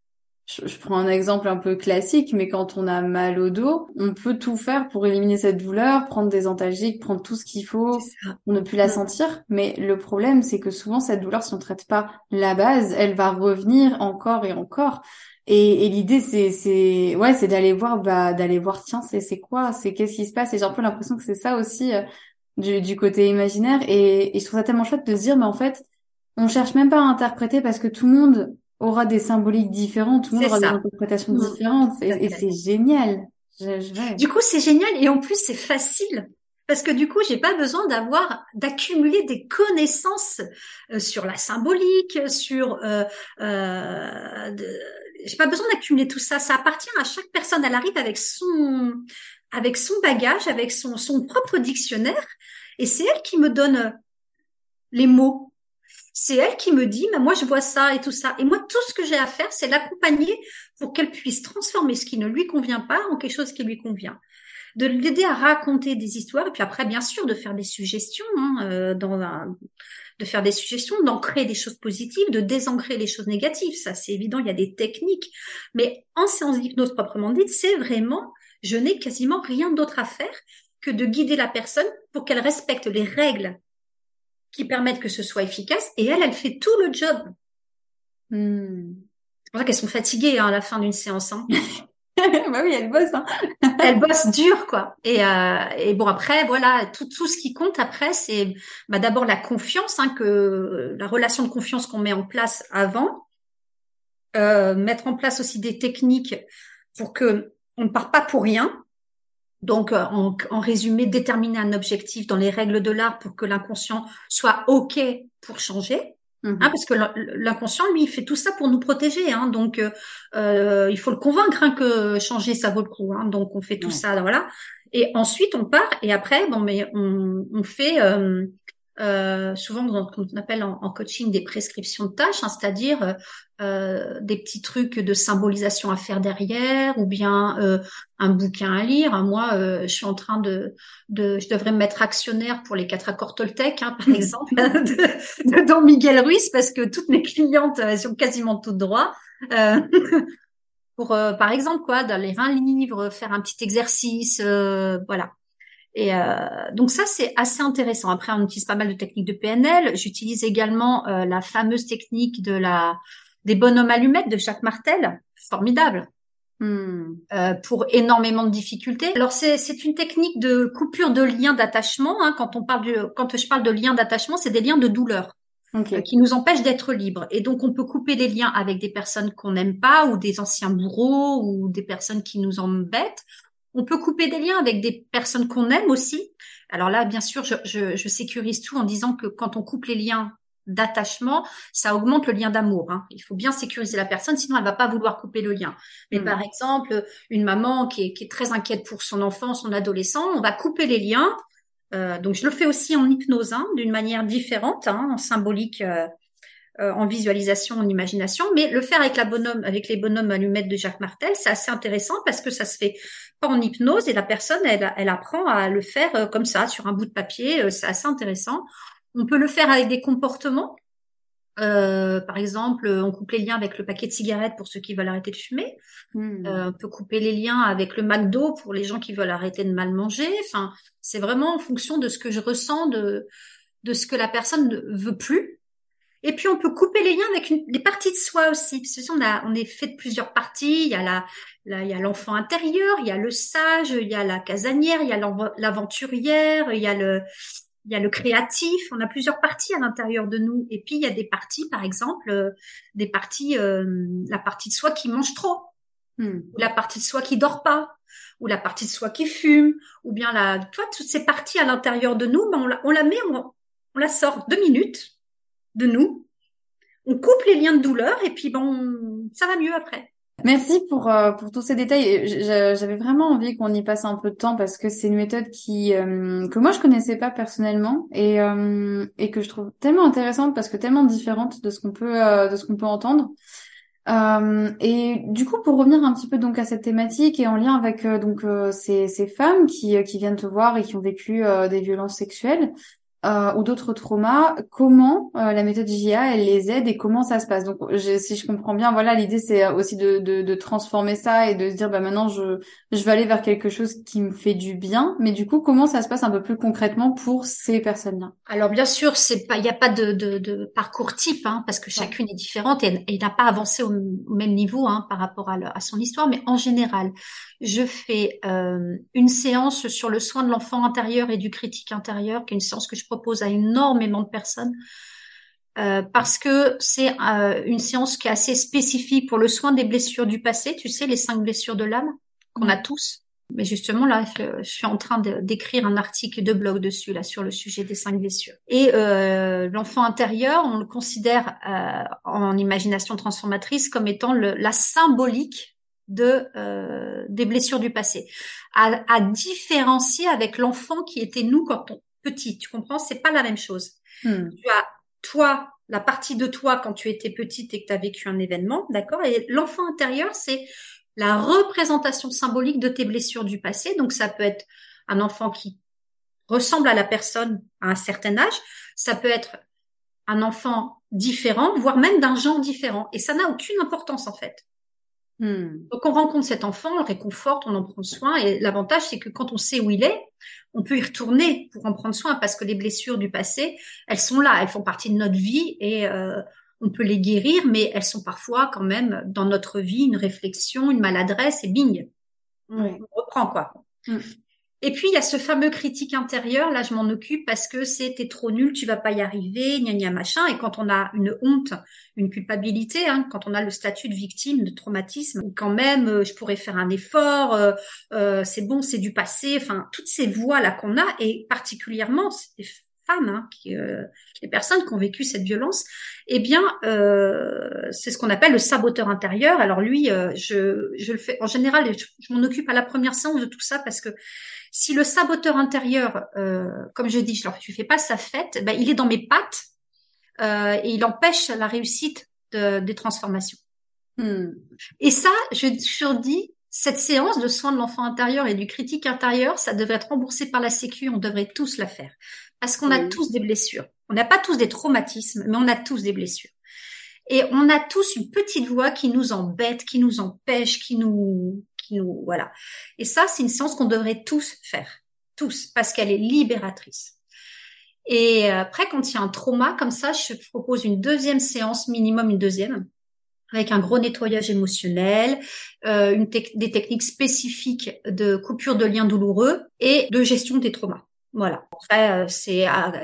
je prends un exemple un peu classique, mais quand on a mal au dos, on peut tout faire pour éliminer cette douleur, prendre des antalgiques, prendre tout ce qu'il faut pour ne plus la sentir. Mais le problème, c'est que souvent, cette douleur, si on ne traite pas la base, elle va revenir encore et encore. Et l'idée, c'est d'aller voir, tiens, c'est quoi, qu'est-ce qui se passe? Et j'ai un peu l'impression que c'est ça aussi, du côté imaginaire. Et je trouve ça tellement chouette de se dire, mais en fait, on cherche même pas à interpréter parce que tout le monde aura des symboliques différentes, tout le monde aura des interprétations différentes, et c'est génial. Du coup, c'est génial, et en plus, c'est facile. Parce que du coup, j'ai pas besoin d'accumuler des connaissances sur la symbolique, j'ai pas besoin d'accumuler tout ça. Ça appartient à chaque personne. Elle arrive avec son bagage, avec son propre dictionnaire, et c'est elle qui me donne les mots. C'est elle qui me dit, moi je vois ça et tout ça. Et moi, tout ce que j'ai à faire, c'est l'accompagner pour qu'elle puisse transformer ce qui ne lui convient pas en quelque chose qui lui convient. De l'aider à raconter des histoires, et puis après, bien sûr, de faire des suggestions, de faire des suggestions, d'ancrer des choses positives, de désancrer les choses négatives. Ça, c'est évident, il y a des techniques. Mais en séance d'hypnose proprement dite, c'est vraiment, je n'ai quasiment rien d'autre à faire que de guider la personne pour qu'elle respecte les règles qui permettent que ce soit efficace, et elle fait tout le job. C'est pour ça qu'elles sont fatiguées à la fin d'une séance. Bah oui, elles bossent. Elles bossent dur, quoi. Et bon, après, voilà, tout ce qui compte après, c'est d'abord la confiance, que la relation de confiance qu'on met en place avant, mettre en place aussi des techniques pour que on ne part pas pour rien. Donc, en résumé, déterminer un objectif dans les règles de l'art pour que l'inconscient soit OK pour changer. Parce que l'inconscient, lui, il fait tout ça pour nous protéger. Donc, il faut le convaincre que changer, ça vaut le coup. Donc, on fait tout ça, voilà. Et ensuite, on part. Et après, on fait souvent on appelle en coaching des prescriptions de tâches, c'est-à-dire des petits trucs de symbolisation à faire derrière, ou bien un bouquin à lire. Moi, je suis en train je devrais me mettre actionnaire pour les 4 accords Toltec, par exemple, de Don Miguel Ruiz, parce que toutes mes clientes, elles ont quasiment toutes droit. Pour, par exemple, de lire un livre, faire un petit exercice, voilà. Et donc ça, c'est assez intéressant. Après, on utilise pas mal de techniques de PNL. J'utilise également la fameuse technique des bonhommes allumettes de Jacques Martel, formidable, pour énormément de difficultés. Alors c'est une technique de coupure de liens d'attachement. Quand je parle de liens d'attachement, c'est des liens de douleur. Qui nous empêchent d'être libres. Et donc, on peut couper des liens avec des personnes qu'on n'aime pas, ou des anciens bourreaux, ou des personnes qui nous embêtent. On peut couper des liens avec des personnes qu'on aime aussi. Alors là, bien sûr, je sécurise tout en disant que quand on coupe les liens d'attachement, ça augmente le lien d'amour. Il faut bien sécuriser la personne, sinon elle va pas vouloir couper le lien. Mais par exemple, une maman qui est très inquiète pour son enfant, son adolescent, on va couper les liens. Donc je le fais aussi en hypnose, d'une manière différente, en symbolique en visualisation, en imagination, mais le faire avec les bonhommes allumettes de Jacques Martel, c'est assez intéressant parce que ça se fait pas en hypnose et la personne, elle apprend à le faire comme ça, sur un bout de papier, c'est assez intéressant. On peut le faire avec des comportements. Par exemple, on coupe les liens avec le paquet de cigarettes pour ceux qui veulent arrêter de fumer. On peut couper les liens avec le McDo pour les gens qui veulent arrêter de mal manger. Enfin, c'est vraiment en fonction de ce que je ressens, de ce que la personne ne veut plus. Et puis, on peut couper les liens avec des parties de soi aussi. Parce que on est fait de plusieurs parties. Il y a il y a l'enfant intérieur, il y a le sage, il y a la casanière, il y a l'aventurière, il y a le créatif. On a plusieurs parties à l'intérieur de nous. Et puis, il y a des parties, par exemple, la partie de soi qui mange trop, ou la partie de soi qui dort pas, ou la partie de soi qui fume, ou bien toutes ces parties à l'intérieur de nous, ben on la sort 2 minutes de nous, on coupe les liens de douleur et puis ça va mieux après. Merci pour tous ces détails. Et j'avais vraiment envie qu'on y passe un peu de temps parce que c'est une méthode que moi je connaissais pas personnellement et que je trouve tellement intéressante parce que tellement différente de ce qu'on peut entendre. Et du coup, pour revenir un petit peu donc à cette thématique et en lien avec ces femmes qui viennent te voir et qui ont vécu des violences sexuelles ou d'autres traumas, comment la méthode JA elle les aide et comment ça se passe? Donc si je comprends bien, voilà, l'idée c'est aussi de transformer ça et de se dire bah maintenant je vais aller vers quelque chose qui me fait du bien. Mais du coup, comment ça se passe un peu plus concrètement pour ces personnes-là? Alors bien sûr, il n'y a pas de parcours type, hein, parce que chacune est différente et n'a pas avancé au même niveau, hein, par rapport à son histoire. Mais en général, je fais une séance sur le soin de l'enfant intérieur et du critique intérieur, qui est une séance que je propose à énormément de personnes, parce que c'est une séance qui est assez spécifique pour le soin des blessures du passé. Tu sais, les 5 blessures de l'âme qu'on a tous. Mais justement, là, je suis en train d'écrire un article de blog dessus, là, sur le sujet des 5 blessures. Et l'enfant intérieur, on le considère en imagination transformatrice comme étant la symbolique des blessures du passé, à différencier avec l'enfant qui était nous quand on petit. Tu comprends? C'est pas la même chose. Tu as toi, la partie de toi quand tu étais petite et que tu as vécu un événement, d'accord? Et l'enfant intérieur, c'est la représentation symbolique de tes blessures du passé. Donc, ça peut être un enfant qui ressemble à la personne à un certain âge. Ça peut être un enfant différent, voire même d'un genre différent. Et ça n'a aucune importance, en fait. Donc, on rencontre cet enfant, on le réconforte, on en prend soin. Et l'avantage, c'est que quand on sait où il est, on peut y retourner pour en prendre soin parce que les blessures du passé, elles sont là, elles font partie de notre vie et on peut les guérir, mais elles sont parfois quand même dans notre vie une réflexion, une maladresse et bing, on reprend quoi. Et puis il y a ce fameux critique intérieur, là je m'en occupe parce que t'es trop nul, tu vas pas y arriver, gna gna machin. Et quand on a une honte, une culpabilité, hein, quand on a le statut de victime de traumatisme, quand même je pourrais faire un effort, c'est bon, c'est du passé. Enfin toutes ces voix là qu'on a et particulièrement des femmes, hein, les personnes qui ont vécu cette violence, eh bien c'est ce qu'on appelle le saboteur intérieur. Alors lui, je le fais en général, je m'en occupe à la première séance de tout ça parce que si le saboteur intérieur, comme je dis, tu fais pas sa fête, ben, il est dans mes pattes et il empêche la réussite des transformations. Et ça, je dis, cette séance de soins de l'enfant intérieur et du critique intérieur, ça devrait être remboursé par la Sécu, on devrait tous la faire. Parce qu'on a tous des blessures. On n'a pas tous des traumatismes, mais on a tous des blessures. Et on a tous une petite voix qui nous embête, qui nous empêche, qui nous voilà. Et ça, c'est une séance qu'on devrait tous faire. Tous. Parce qu'elle est libératrice. Et après, quand il y a un trauma comme ça, je propose une deuxième séance, minimum une deuxième, avec un gros nettoyage émotionnel, des techniques spécifiques de coupure de liens douloureux et de gestion des traumas. Voilà. Après, c'est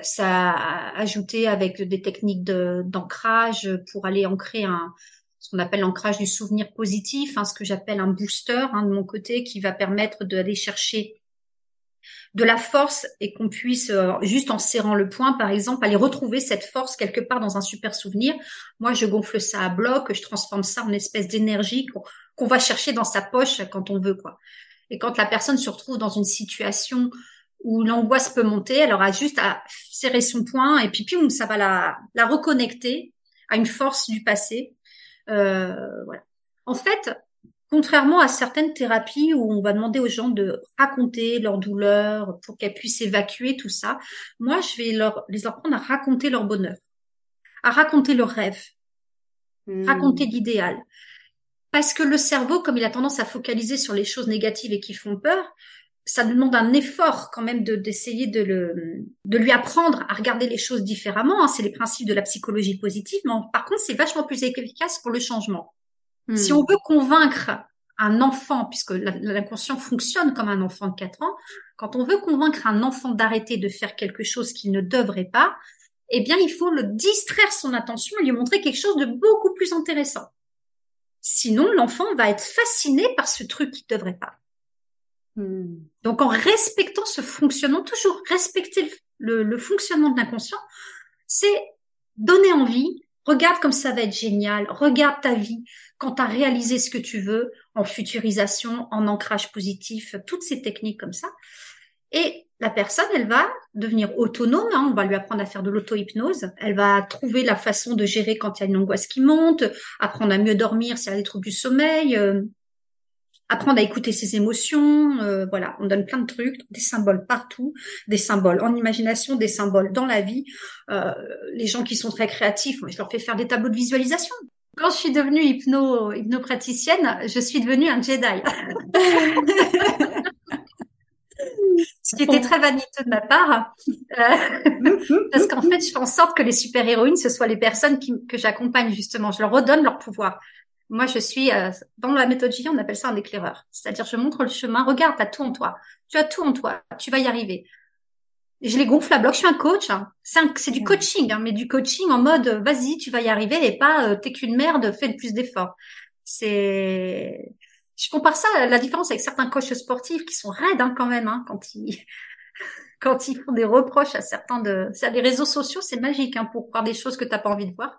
ajouté avec des techniques d'ancrage pour aller ancrer ce qu'on appelle l'ancrage du souvenir positif, hein, ce que j'appelle un booster, hein, de mon côté, qui va permettre d'aller chercher de la force et qu'on puisse, juste en serrant le poing, par exemple, aller retrouver cette force quelque part dans un super souvenir. Moi, je gonfle ça à bloc, je transforme ça en espèce d'énergie qu'on va chercher dans sa poche quand on veut, quoi. Et quand la personne se retrouve dans une situation où l'angoisse peut monter, elle aura juste à serrer son poing et puis ça va la reconnecter à une force du passé. Voilà. En fait, contrairement à certaines thérapies où on va demander aux gens de raconter leur douleur pour qu'elles puissent évacuer tout ça, moi, je vais les apprendre à raconter leur bonheur, à raconter leurs rêves, raconter l'idéal. Parce que le cerveau, comme il a tendance à focaliser sur les choses négatives et qui font peur, ça demande un effort quand même d'essayer de lui apprendre à regarder les choses différemment. Hein. C'est les principes de la psychologie positive, mais par contre, c'est vachement plus efficace pour le changement. Si on veut convaincre un enfant, puisque l'inconscient fonctionne comme un enfant de 4 ans, quand on veut convaincre un enfant d'arrêter de faire quelque chose qu'il ne devrait pas, eh bien, il faut le distraire son attention et lui montrer quelque chose de beaucoup plus intéressant. Sinon, l'enfant va être fasciné par ce truc qu'il ne devrait pas. Donc, en respectant ce fonctionnement, toujours respecter le fonctionnement de l'inconscient, c'est donner envie. Regarde comme ça va être génial. Regarde ta vie quand tu as réalisé ce que tu veux en futurisation, en ancrage positif, toutes ces techniques comme ça. Et la personne, elle va devenir autonome. Hein, on va lui apprendre à faire de l'auto-hypnose. Elle va trouver la façon de gérer quand il y a une angoisse qui monte, apprendre à mieux dormir s'il y a des troubles du sommeil, apprendre à écouter ses émotions. Voilà, on donne plein de trucs, des symboles partout, des symboles en imagination, des symboles dans la vie. Les gens qui sont très créatifs, moi, je leur fais faire des tableaux de visualisation. Quand je suis devenue hypnopraticienne, je suis devenue un Jedi. Ce qui était très vaniteux de ma part, parce qu'en fait, je fais en sorte que les super-héroïnes, ce soient les personnes que j'accompagne justement. Je leur redonne leur pouvoir. Moi, je suis dans la méthode J, on appelle ça un éclaireur. C'est-à-dire, je montre le chemin. Regarde, t'as tout en toi. Tu as tout en toi. Tu vas y arriver. Et je les gonfle à bloc. Je suis un coach. Hein. C'est du coaching, hein, mais du coaching en mode vas-y, tu vas y arriver et pas t'es qu'une merde, fais le plus d'efforts. Je compare ça à la différence avec certains coachs sportifs qui sont raides hein, quand même, hein, quand ils font des reproches à certains ça, les réseaux sociaux, c'est magique hein, pour voir des choses que t'as pas envie de voir.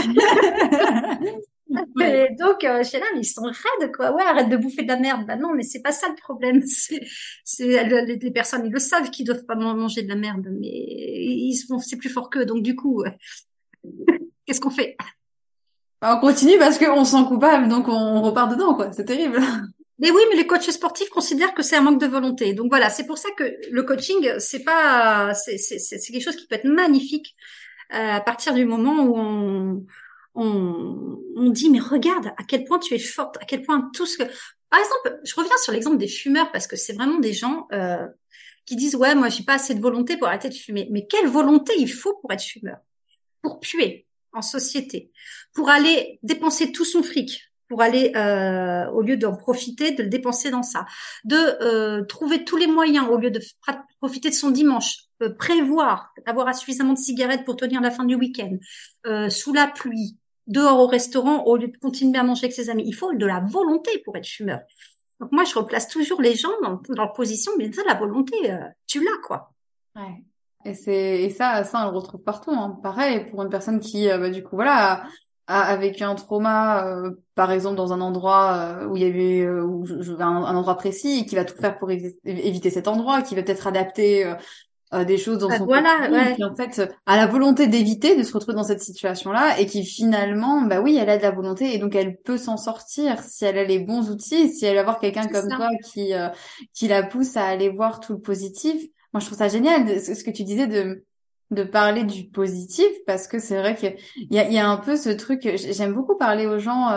Et donc, je suis là, mais ils sont raides, quoi. Ouais, arrête de bouffer de la merde. Bah non, mais c'est pas ça le problème. Les personnes, ils le savent qu'ils doivent pas manger de la merde, mais c'est plus fort qu'eux. Donc, du coup, qu'est-ce qu'on fait? On continue parce qu'on se sent coupable, donc on repart dedans, quoi. C'est terrible. Mais oui, mais les coachs sportifs considèrent que c'est un manque de volonté. Donc voilà, c'est pour ça que le coaching, c'est quelque chose qui peut être magnifique à partir du moment où on dit, mais regarde à quel point tu es forte, à quel point tout ce que... Par exemple, je reviens sur l'exemple des fumeurs parce que c'est vraiment des gens qui disent, ouais, moi, j'ai pas assez de volonté pour arrêter de fumer. Mais quelle volonté il faut pour être fumeur? Pour puer en société, pour aller dépenser tout son fric, pour aller, au lieu d'en profiter, de le dépenser dans ça, de trouver tous les moyens, au lieu de profiter de son dimanche, prévoir, avoir suffisamment de cigarettes pour tenir la fin du week-end, sous la pluie, dehors au restaurant, au lieu de continuer à manger avec ses amis. Il faut de la volonté pour être fumeur. Donc moi, je replace toujours les gens dans leur position, mais ça, la volonté, tu l'as, quoi. Ouais. Et ça, on le retrouve partout. Hein. Pareil, pour une personne qui, du coup, voilà, a vécu un trauma, par exemple, dans un endroit où il y avait un endroit précis, et qui va tout faire pour éviter cet endroit, qui va peut-être adapter des choses dans son quotidien, ouais. qui en fait a la volonté d'éviter de se retrouver dans cette situation-là, et qui finalement, bah oui, elle a de la volonté, et donc elle peut s'en sortir si elle a les bons outils, si elle va voir quelqu'un comme toi qui la pousse à aller voir tout le positif. Moi, je trouve ça génial, ce que tu disais de parler du positif, parce que c'est vrai qu'il y a un peu ce truc, j'aime beaucoup parler aux gens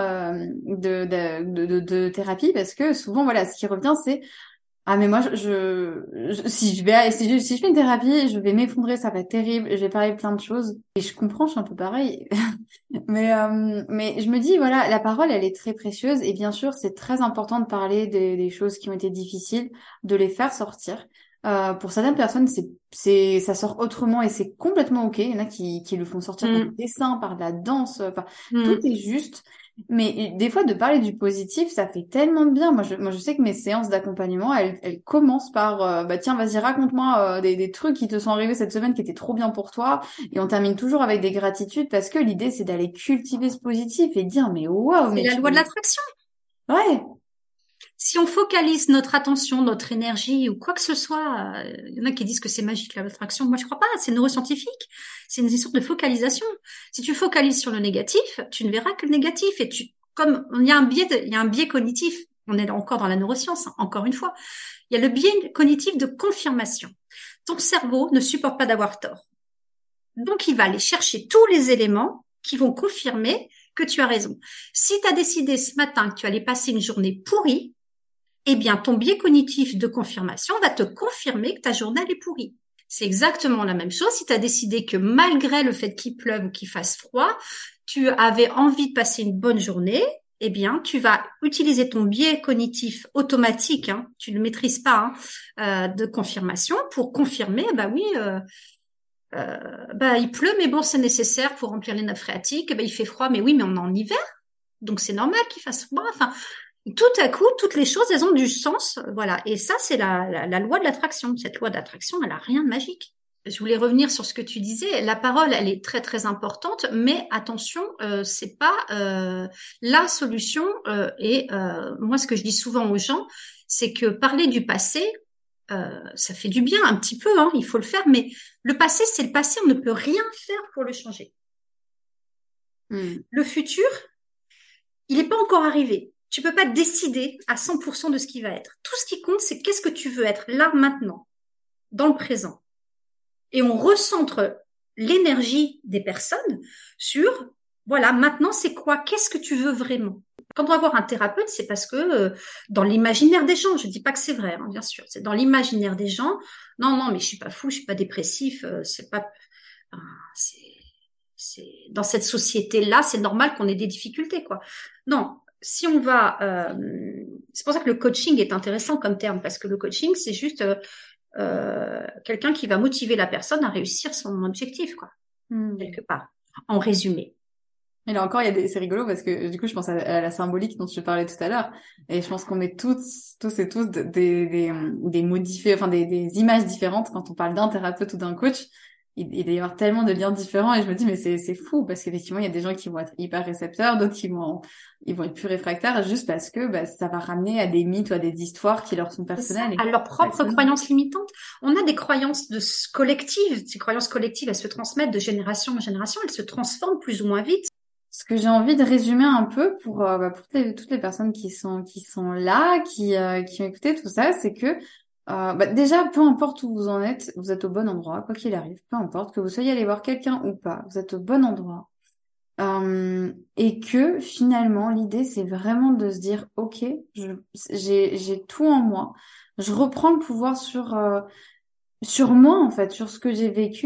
de thérapie, parce que souvent, voilà, ce qui revient, c'est ah mais moi si je fais une thérapie, je vais m'effondrer, ça va être terrible, je vais parler plein de choses et je comprends, je suis un peu pareil. mais je me dis voilà, la parole elle est très précieuse et bien sûr, c'est très important de parler des choses qui ont été difficiles, de les faire sortir. Pour certaines personnes, ça sort autrement et c'est complètement ok. Il y en a qui le font sortir par le dessin, par de la danse, tout est juste. Mais des fois, de parler du positif, ça fait tellement de bien. Moi, je sais que mes séances d'accompagnement, elles commencent par, tiens, vas-y, raconte-moi des trucs qui te sont arrivés cette semaine qui étaient trop bien pour toi. Et on termine toujours avec des gratitudes parce que l'idée, c'est d'aller cultiver ce positif et dire, mais waouh, c'est la loi de l'attraction. Ouais. Si on focalise notre attention, notre énergie ou quoi que ce soit, il y en a qui disent que c'est magique l'attraction. Moi, je crois pas. C'est neuroscientifique. C'est une histoire de focalisation. Si tu focalises sur le négatif, tu ne verras que le négatif. Et comme il y a un biais cognitif. On est encore dans la neuroscience, hein, encore une fois. Il y a le biais cognitif de confirmation. Ton cerveau ne supporte pas d'avoir tort. Donc, il va aller chercher tous les éléments qui vont confirmer que tu as raison. Si tu as décidé ce matin que tu allais passer une journée pourrie, eh bien, ton biais cognitif de confirmation va te confirmer que ta journée, elle est pourrie. C'est exactement la même chose si tu as décidé que malgré le fait qu'il pleuve ou qu'il fasse froid, tu avais envie de passer une bonne journée, eh bien, tu vas utiliser ton biais cognitif automatique, hein, tu ne le maîtrises pas, hein, de confirmation pour confirmer, bah oui, il pleut, mais bon, c'est nécessaire pour remplir les nappes phréatiques. Il fait froid, mais oui, mais on est en hiver, donc c'est normal qu'il fasse froid. Enfin, tout à coup, toutes les choses, elles ont du sens, voilà. Et ça, c'est la loi de l'attraction. Cette loi d'attraction, elle a rien de magique. Je voulais revenir sur ce que tu disais. La parole, elle est très très importante, mais attention, c'est pas la solution. Et moi, ce que je dis souvent aux gens, c'est que parler du passé, ça fait du bien un petit peu, hein, il faut le faire, mais le passé, c'est le passé, on ne peut rien faire pour le changer. Le futur, il n'est pas encore arrivé. Tu peux pas décider à 100% de ce qui va être. Tout ce qui compte, c'est qu'est-ce que tu veux être là, maintenant, dans le présent. Et on recentre l'énergie des personnes sur, voilà, maintenant, c'est quoi? Qu'est-ce que tu veux vraiment? Quand on va voir un thérapeute, c'est parce que dans l'imaginaire des gens, je dis pas que c'est vrai, hein, bien sûr, c'est dans l'imaginaire des gens. Non, mais je suis pas fou, je suis pas dépressif, c'est pas, c'est dans cette société-là, c'est normal qu'on ait des difficultés, quoi. Non, si on va, c'est pour ça que le coaching est intéressant comme terme, parce que le coaching, c'est juste quelqu'un qui va motiver la personne à réussir son objectif, quoi, quelque part, en résumé. Et là encore, c'est rigolo parce que du coup, je pense à la symbolique dont tu parlais tout à l'heure. Et je pense qu'on met tous et tous des modifiés, enfin, des images différentes quand on parle d'un thérapeute ou d'un coach. Il doit y avoir tellement de liens différents et je me dis, mais c'est fou parce qu'effectivement, il y a des gens qui vont être hyper récepteurs, d'autres ils vont être plus réfractaires juste parce que, ça va ramener à des mythes ou à des histoires qui leur sont personnelles. À leurs propres croyances limitantes. On a des croyances collectives. Ces croyances collectives, elles se transmettent de génération en génération, elles se transforment plus ou moins vite. Ce que j'ai envie de résumer un peu pour toutes les personnes qui sont là, qui ont écouté tout ça, c'est que déjà, peu importe où vous en êtes, vous êtes au bon endroit, quoi qu'il arrive, peu importe que vous soyez allé voir quelqu'un ou pas, vous êtes au bon endroit. Et que finalement, l'idée, c'est vraiment de se dire, ok, j'ai tout en moi, je reprends le pouvoir sur moi en fait, sur ce que j'ai vécu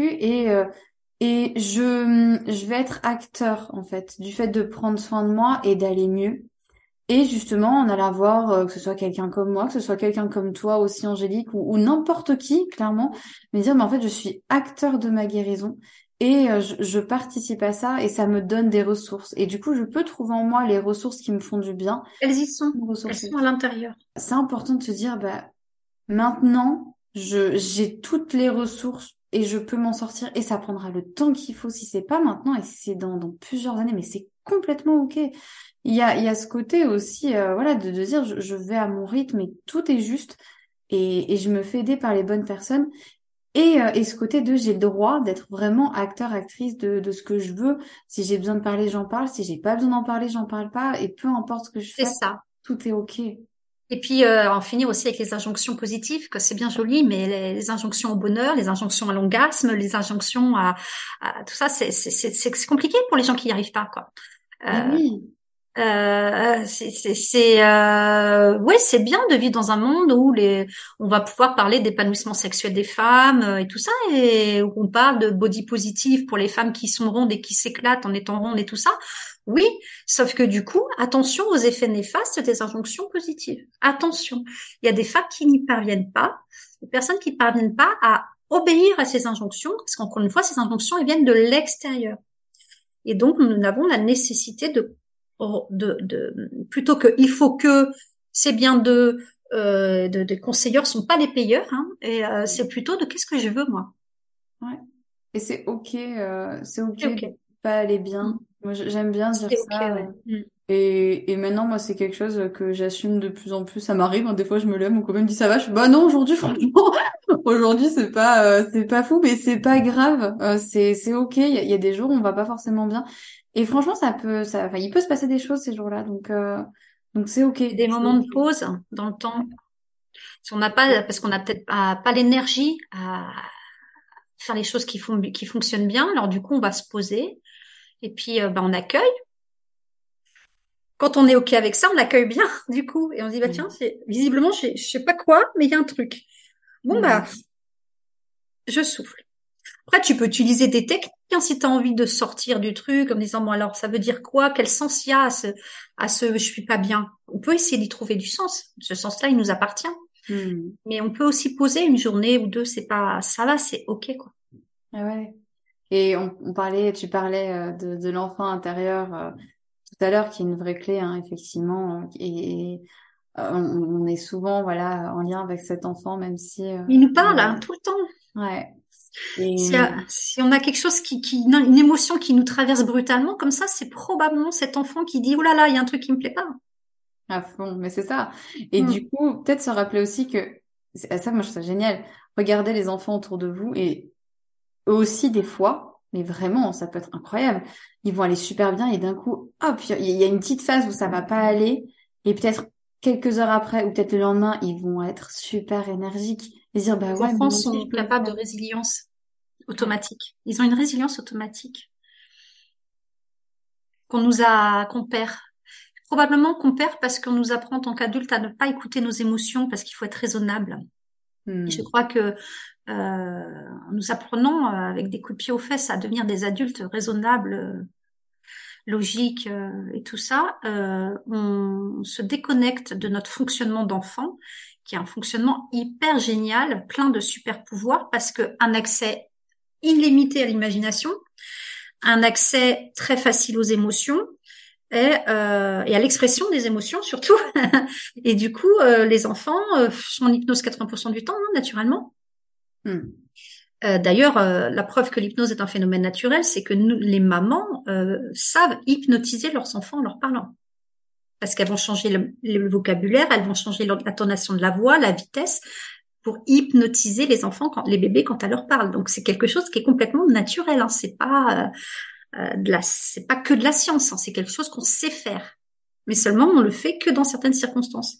et je vais être acteur en fait du fait de prendre soin de moi et d'aller mieux. Et justement, en allant voir que ce soit quelqu'un comme moi, que ce soit quelqu'un comme toi aussi, Angélique, ou n'importe qui, clairement, mais dire, mais en fait, je suis acteur de ma guérison et je participe à ça et ça me donne des ressources. Et du coup, je peux trouver en moi les ressources qui me font du bien. Elles y sont. Elles sont à l'intérieur. C'est important de se dire, maintenant, j'ai toutes les ressources et je peux m'en sortir et ça prendra le temps qu'il faut si c'est pas maintenant et si c'est dans plusieurs années, mais c'est complètement ok. Il y a ce côté aussi, de dire je vais à mon rythme et tout est juste et je me fais aider par les bonnes personnes et ce côté de j'ai le droit d'être vraiment acteur, actrice de ce que je veux. Si j'ai besoin de parler, j'en parle. Si j'ai pas besoin d'en parler, j'en parle pas et peu importe ce que je fais, ça. Tout est ok. Et puis en finir aussi avec les injonctions positives, que c'est bien joli, mais les injonctions au bonheur, les injonctions à l'orgasme, les injonctions à tout ça, c'est compliqué pour les gens qui n'y arrivent pas, quoi. Oui. C'est bien de vivre dans un monde où on va pouvoir parler d'épanouissement sexuel des femmes et tout ça, et où on parle de body positive pour les femmes qui sont rondes et qui s'éclatent en étant rondes et tout ça. Oui, sauf que du coup, attention aux effets néfastes des injonctions positives. Attention, il y a des femmes qui n'y parviennent pas, des personnes qui ne parviennent pas à obéir à ces injonctions, parce qu'encore une fois, ces injonctions, elles viennent de l'extérieur. Et donc, nous avons la nécessité plutôt que il faut que, c'est bien de conseilleurs sont pas les payeurs, hein, et c'est plutôt de qu'est-ce que je veux moi. Ouais. Et c'est ok, pas aller bien. Moi, j'aime bien dire C'est ok, ça. ouais. Et maintenant, moi, c'est quelque chose que j'assume de plus en plus. Ça m'arrive, hein, des fois, je me lève, mon copain me dit ça va. Je fais, bah non, aujourd'hui, franchement, aujourd'hui, c'est pas fou, mais c'est pas grave. C'est ok. Il y a des jours où on va pas forcément bien. Et franchement, enfin, il peut se passer des choses ces jours-là. Donc c'est ok. Et des moments de pause dans le temps. Si on n'a pas, parce qu'on n'a peut-être pas l'énergie à faire les choses qui fonctionnent bien, alors du coup, on va se poser et puis on accueille. Quand on est OK avec ça, on accueille bien, du coup. Et on se dit, bah tiens, visiblement, je sais pas quoi, mais il y a un truc. Bon, bah, Mm. je souffle. Après, tu peux utiliser des techniques, hein, si tu as envie de sortir du truc, en disant, bon, alors, ça veut dire quoi? Quel sens il y a je suis pas bien? On peut essayer d'y trouver du sens. Ce sens-là, il nous appartient. Mm. Mais on peut aussi poser une journée ou deux, ça va, c'est OK, quoi. Ah ouais. Et tu parlais de l'enfant intérieur tout à l'heure, qui est une vraie clé, hein, effectivement. On est souvent, voilà, en lien avec cet enfant, même si, Il nous parle, hein, tout le temps. ouais. Et, Si on a quelque chose une émotion qui nous traverse brutalement, comme ça, c'est probablement cet enfant qui dit, oh là là, il y a un truc qui me plaît pas. à fond, mais c'est ça. Et Mm. du coup, peut-être se rappeler aussi que, ça, moi, je trouve ça génial. Regardez les enfants autour de vous et eux aussi, des fois, mais vraiment, ça peut être incroyable. Ils vont aller super bien et d'un coup, hop, il y a une petite phase où ça va pas aller et peut-être quelques heures après ou peut-être le lendemain, ils vont être super énergiques et dire, bah Les ouais, mais enfants moi aussi, sont je peux le capables de faire. résilience automatique. Ils ont une résilience automatique qu'on perd. Probablement qu'on perd parce qu'on nous apprend en tant qu'adulte à ne pas écouter nos émotions parce qu'il faut être raisonnable. Et je Hmm. crois que nous apprenons avec des coups de pied aux fesses à devenir des adultes raisonnables, logiques et tout ça, on se déconnecte de notre fonctionnement d'enfant, qui est un fonctionnement hyper génial, plein de super pouvoirs, parce que un accès illimité à l'imagination, un accès très facile aux émotions et à l'expression des émotions surtout. Et du coup, les enfants sont en hypnose 80% du temps, hein, naturellement. Hmm. D'ailleurs, la preuve que l'hypnose est un phénomène naturel, c'est que nous, les mamans savent hypnotiser leurs enfants en leur parlant. Parce qu'elles vont changer le vocabulaire, elles vont changer l'intonation de la voix, la vitesse, pour hypnotiser les enfants, les bébés, quand elles leur parlent. Donc c'est quelque chose qui est complètement naturel. Hein. C'est pas que de la science. Hein. C'est quelque chose qu'on sait faire. Mais seulement on le fait que dans certaines circonstances.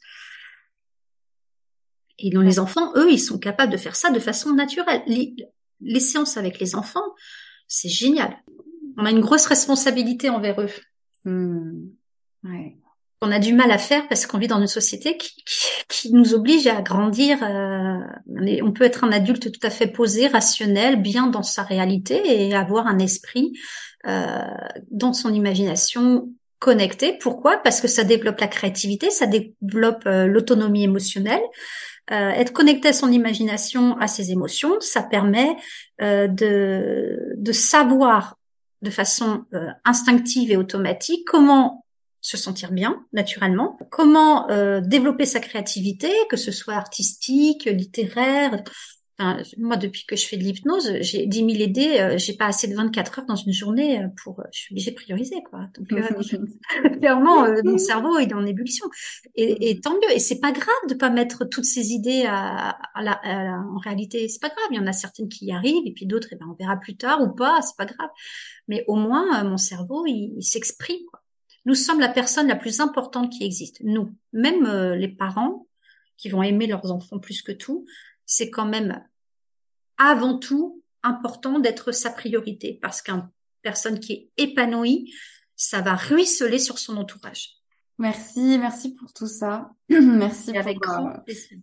Et dans les enfants, eux, ils sont capables de faire ça de façon naturelle. Les séances avec les enfants, c'est génial. On a une grosse responsabilité envers eux. Hmm. Ouais. On a du mal à faire parce qu'on vit dans une société qui nous oblige à grandir. On peut être un adulte tout à fait posé, rationnel, bien dans sa réalité et avoir un esprit dans son imagination connecté. Pourquoi? Parce que ça développe la créativité, ça développe l'autonomie émotionnelle. Être connecté à son imagination, à ses émotions, ça permet de savoir de façon instinctive et automatique comment se sentir bien, naturellement, comment développer sa créativité, que ce soit artistique, littéraire. Enfin, moi, depuis que je fais de l'hypnose, j'ai 10 000 idées, j'ai pas assez de 24 heures dans une journée je suis obligée de prioriser, quoi. Donc, clairement, mon cerveau, il est en ébullition. Et tant mieux. Et c'est pas grave de pas mettre toutes ces idées en réalité. C'est pas grave. Il y en a certaines qui y arrivent et puis d'autres, eh ben, on verra plus tard ou pas. C'est pas grave. Mais au moins, mon cerveau, il s'exprime, quoi. Nous sommes la personne la plus importante qui existe. Nous, même les parents qui vont aimer leurs enfants plus que tout, c'est quand même avant tout important d'être sa priorité parce qu'une personne qui est épanouie, ça va ruisseler sur son entourage. Merci pour tout ça. Merci Et pour avec grand plaisir.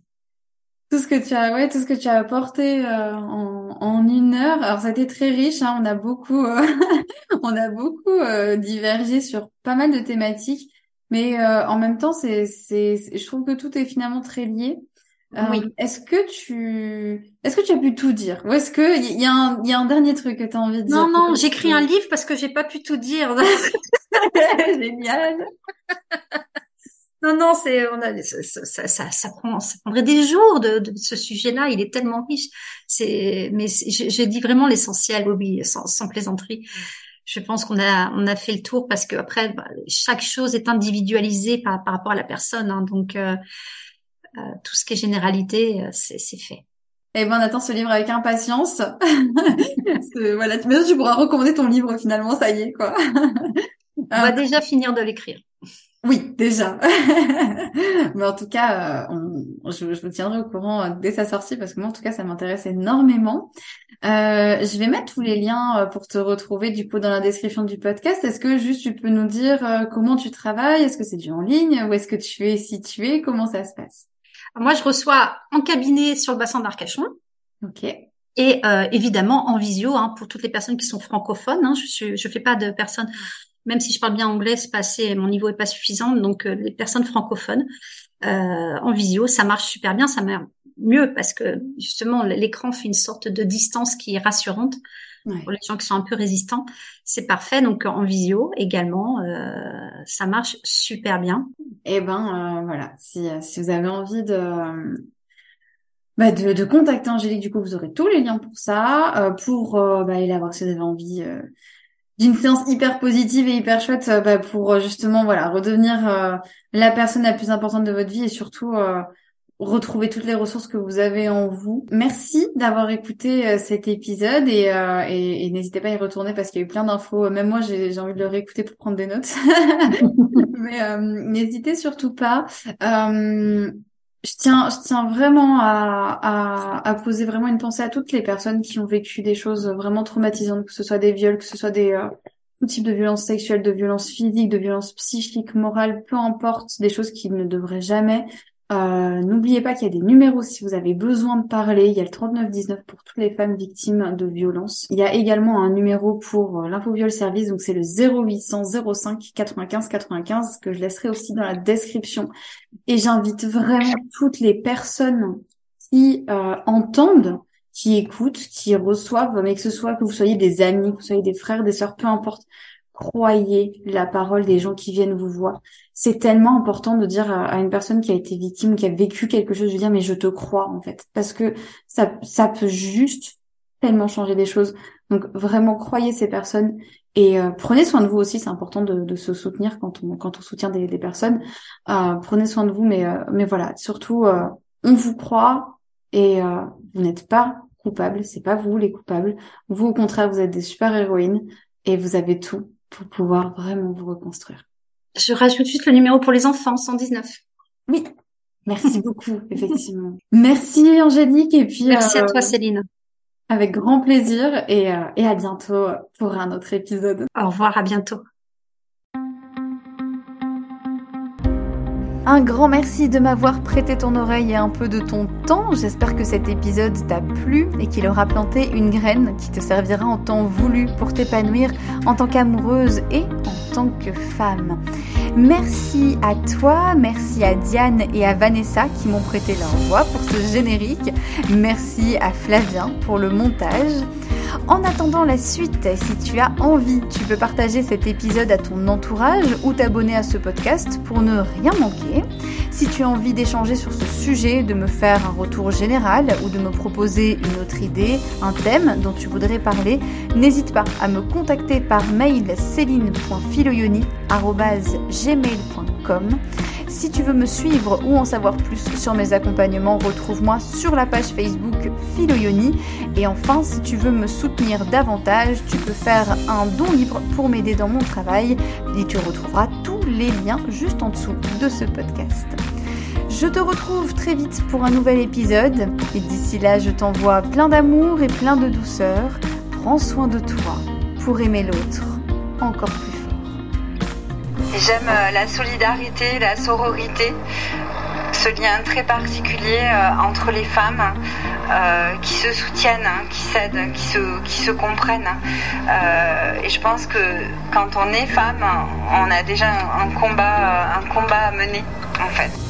tout ce que tu as apporté en 1 heure. Alors ça a été très riche, hein. On a beaucoup divergé sur pas mal de thématiques, mais en même temps, je trouve que tout est finalement très lié. Oui. Est-ce que tu as pu tout dire? Ou est-ce que il y a un dernier truc que tu as envie de dire? Non, j'écris un livre parce que j'ai pas pu tout dire. Génial. Non, ça prendrait des jours de ce sujet-là. Il est tellement riche. J'ai dit vraiment l'essentiel, oui, sans plaisanterie. je pense qu'on a fait le tour parce que après, chaque chose est individualisée par rapport à la personne, hein, donc tout ce qui est généralité, c'est fait. Eh ben, on attend ce livre avec impatience. Voilà, mais tu pourras recommander ton livre finalement, ça y est, quoi. On va déjà finir de l'écrire. Oui, déjà. Mais en tout cas, je vous tiendrai au courant dès sa sortie parce que moi, en tout cas, ça m'intéresse énormément. Je vais mettre tous les liens pour te retrouver du coup dans la description du podcast. Est-ce que juste tu peux nous dire comment tu travailles? Est-ce que c'est du en ligne? Où est-ce que tu es situé? Comment ça se passe? Moi, je reçois en cabinet sur le bassin d'Arcachon. Ok. Et évidemment en visio, hein, pour toutes les personnes qui sont francophones. Hein, je fais pas de personnes, même si je parle bien anglais, c'est pas assez, mon niveau est pas suffisant. Donc les personnes francophones en visio, ça marche super bien, ça marche mieux parce que justement l'écran fait une sorte de distance qui est rassurante. Ouais. Pour les gens qui sont un peu résistants, c'est parfait. Donc en visio également, ça marche super bien. Eh ben voilà, si vous avez envie de contacter Angélique, du coup vous aurez tous les liens pour ça, pour aller la voir si vous avez envie d'une séance hyper positive et hyper chouette, pour justement voilà redevenir la personne la plus importante de votre vie et surtout retrouver toutes les ressources que vous avez en vous. Merci d'avoir écouté cet épisode et n'hésitez pas à y retourner parce qu'il y a eu plein d'infos. Même moi, j'ai envie de le réécouter pour prendre des notes. Mais n'hésitez surtout pas. Je tiens vraiment à poser vraiment une pensée à toutes les personnes qui ont vécu des choses vraiment traumatisantes, que ce soit des viols, que ce soit tout type de violences sexuelles, de violences physiques, de violences psychiques, morales, peu importe, des choses qui ne devraient jamais. N'oubliez pas qu'il y a des numéros si vous avez besoin de parler. Il y a le 3919 pour toutes les femmes victimes de violences. Il y a également un numéro pour l'Infoviol Service, donc c'est le 0800 05 95 95 que je laisserai aussi dans la description. Et j'invite vraiment toutes les personnes qui entendent, qui écoutent, qui reçoivent, mais que ce soit que vous soyez des amis, que vous soyez des frères, des sœurs, peu importe. Croyez la parole des gens qui viennent vous voir. C'est tellement important de dire à une personne qui a été victime, qui a vécu quelque chose, de dire mais je te crois en fait, parce que ça peut juste tellement changer des choses. Donc vraiment croyez ces personnes et prenez soin de vous aussi. C'est important de se soutenir quand on soutient des personnes. Prenez soin de vous, mais voilà, surtout on vous croit et vous n'êtes pas coupables. C'est pas vous les coupables. Vous au contraire, vous êtes des super héroïnes et vous avez tout pour pouvoir vraiment vous reconstruire. Je rajoute juste le numéro pour les enfants, 119. Oui, merci beaucoup, effectivement. Merci Angélique et puis merci à toi Céline. Avec grand plaisir et à bientôt pour un autre épisode. Au revoir, à bientôt. Un grand merci de m'avoir prêté ton oreille et un peu de ton temps. J'espère que cet épisode t'a plu et qu'il aura planté une graine qui te servira en temps voulu pour t'épanouir en tant qu'amoureuse et en tant que femme. Merci à toi, merci à Diane et à Vanessa qui m'ont prêté leur voix pour ce générique. Merci à Flavien pour le montage. En attendant la suite, si tu as envie, tu peux partager cet épisode à ton entourage ou t'abonner à ce podcast pour ne rien manquer. Si tu as envie d'échanger sur ce sujet, de me faire un retour général ou de me proposer une autre idée, un thème dont tu voudrais parler, n'hésite pas à me contacter par mail celine.filoyoni@gmail.com. Si tu veux me suivre ou en savoir plus sur mes accompagnements, retrouve-moi sur la page Facebook Philoyoni. Et enfin, si tu veux me soutenir davantage, tu peux faire un don libre pour m'aider dans mon travail et tu retrouveras tous les liens juste en dessous de ce podcast. Je te retrouve très vite pour un nouvel épisode et d'ici là, je t'envoie plein d'amour et plein de douceur. Prends soin de toi pour aimer l'autre encore plus fort. J'aime la solidarité, la sororité, ce lien très particulier entre les femmes qui se soutiennent, qui s'aident, qui se comprennent. Et je pense que quand on est femme, on a déjà un combat à mener en fait.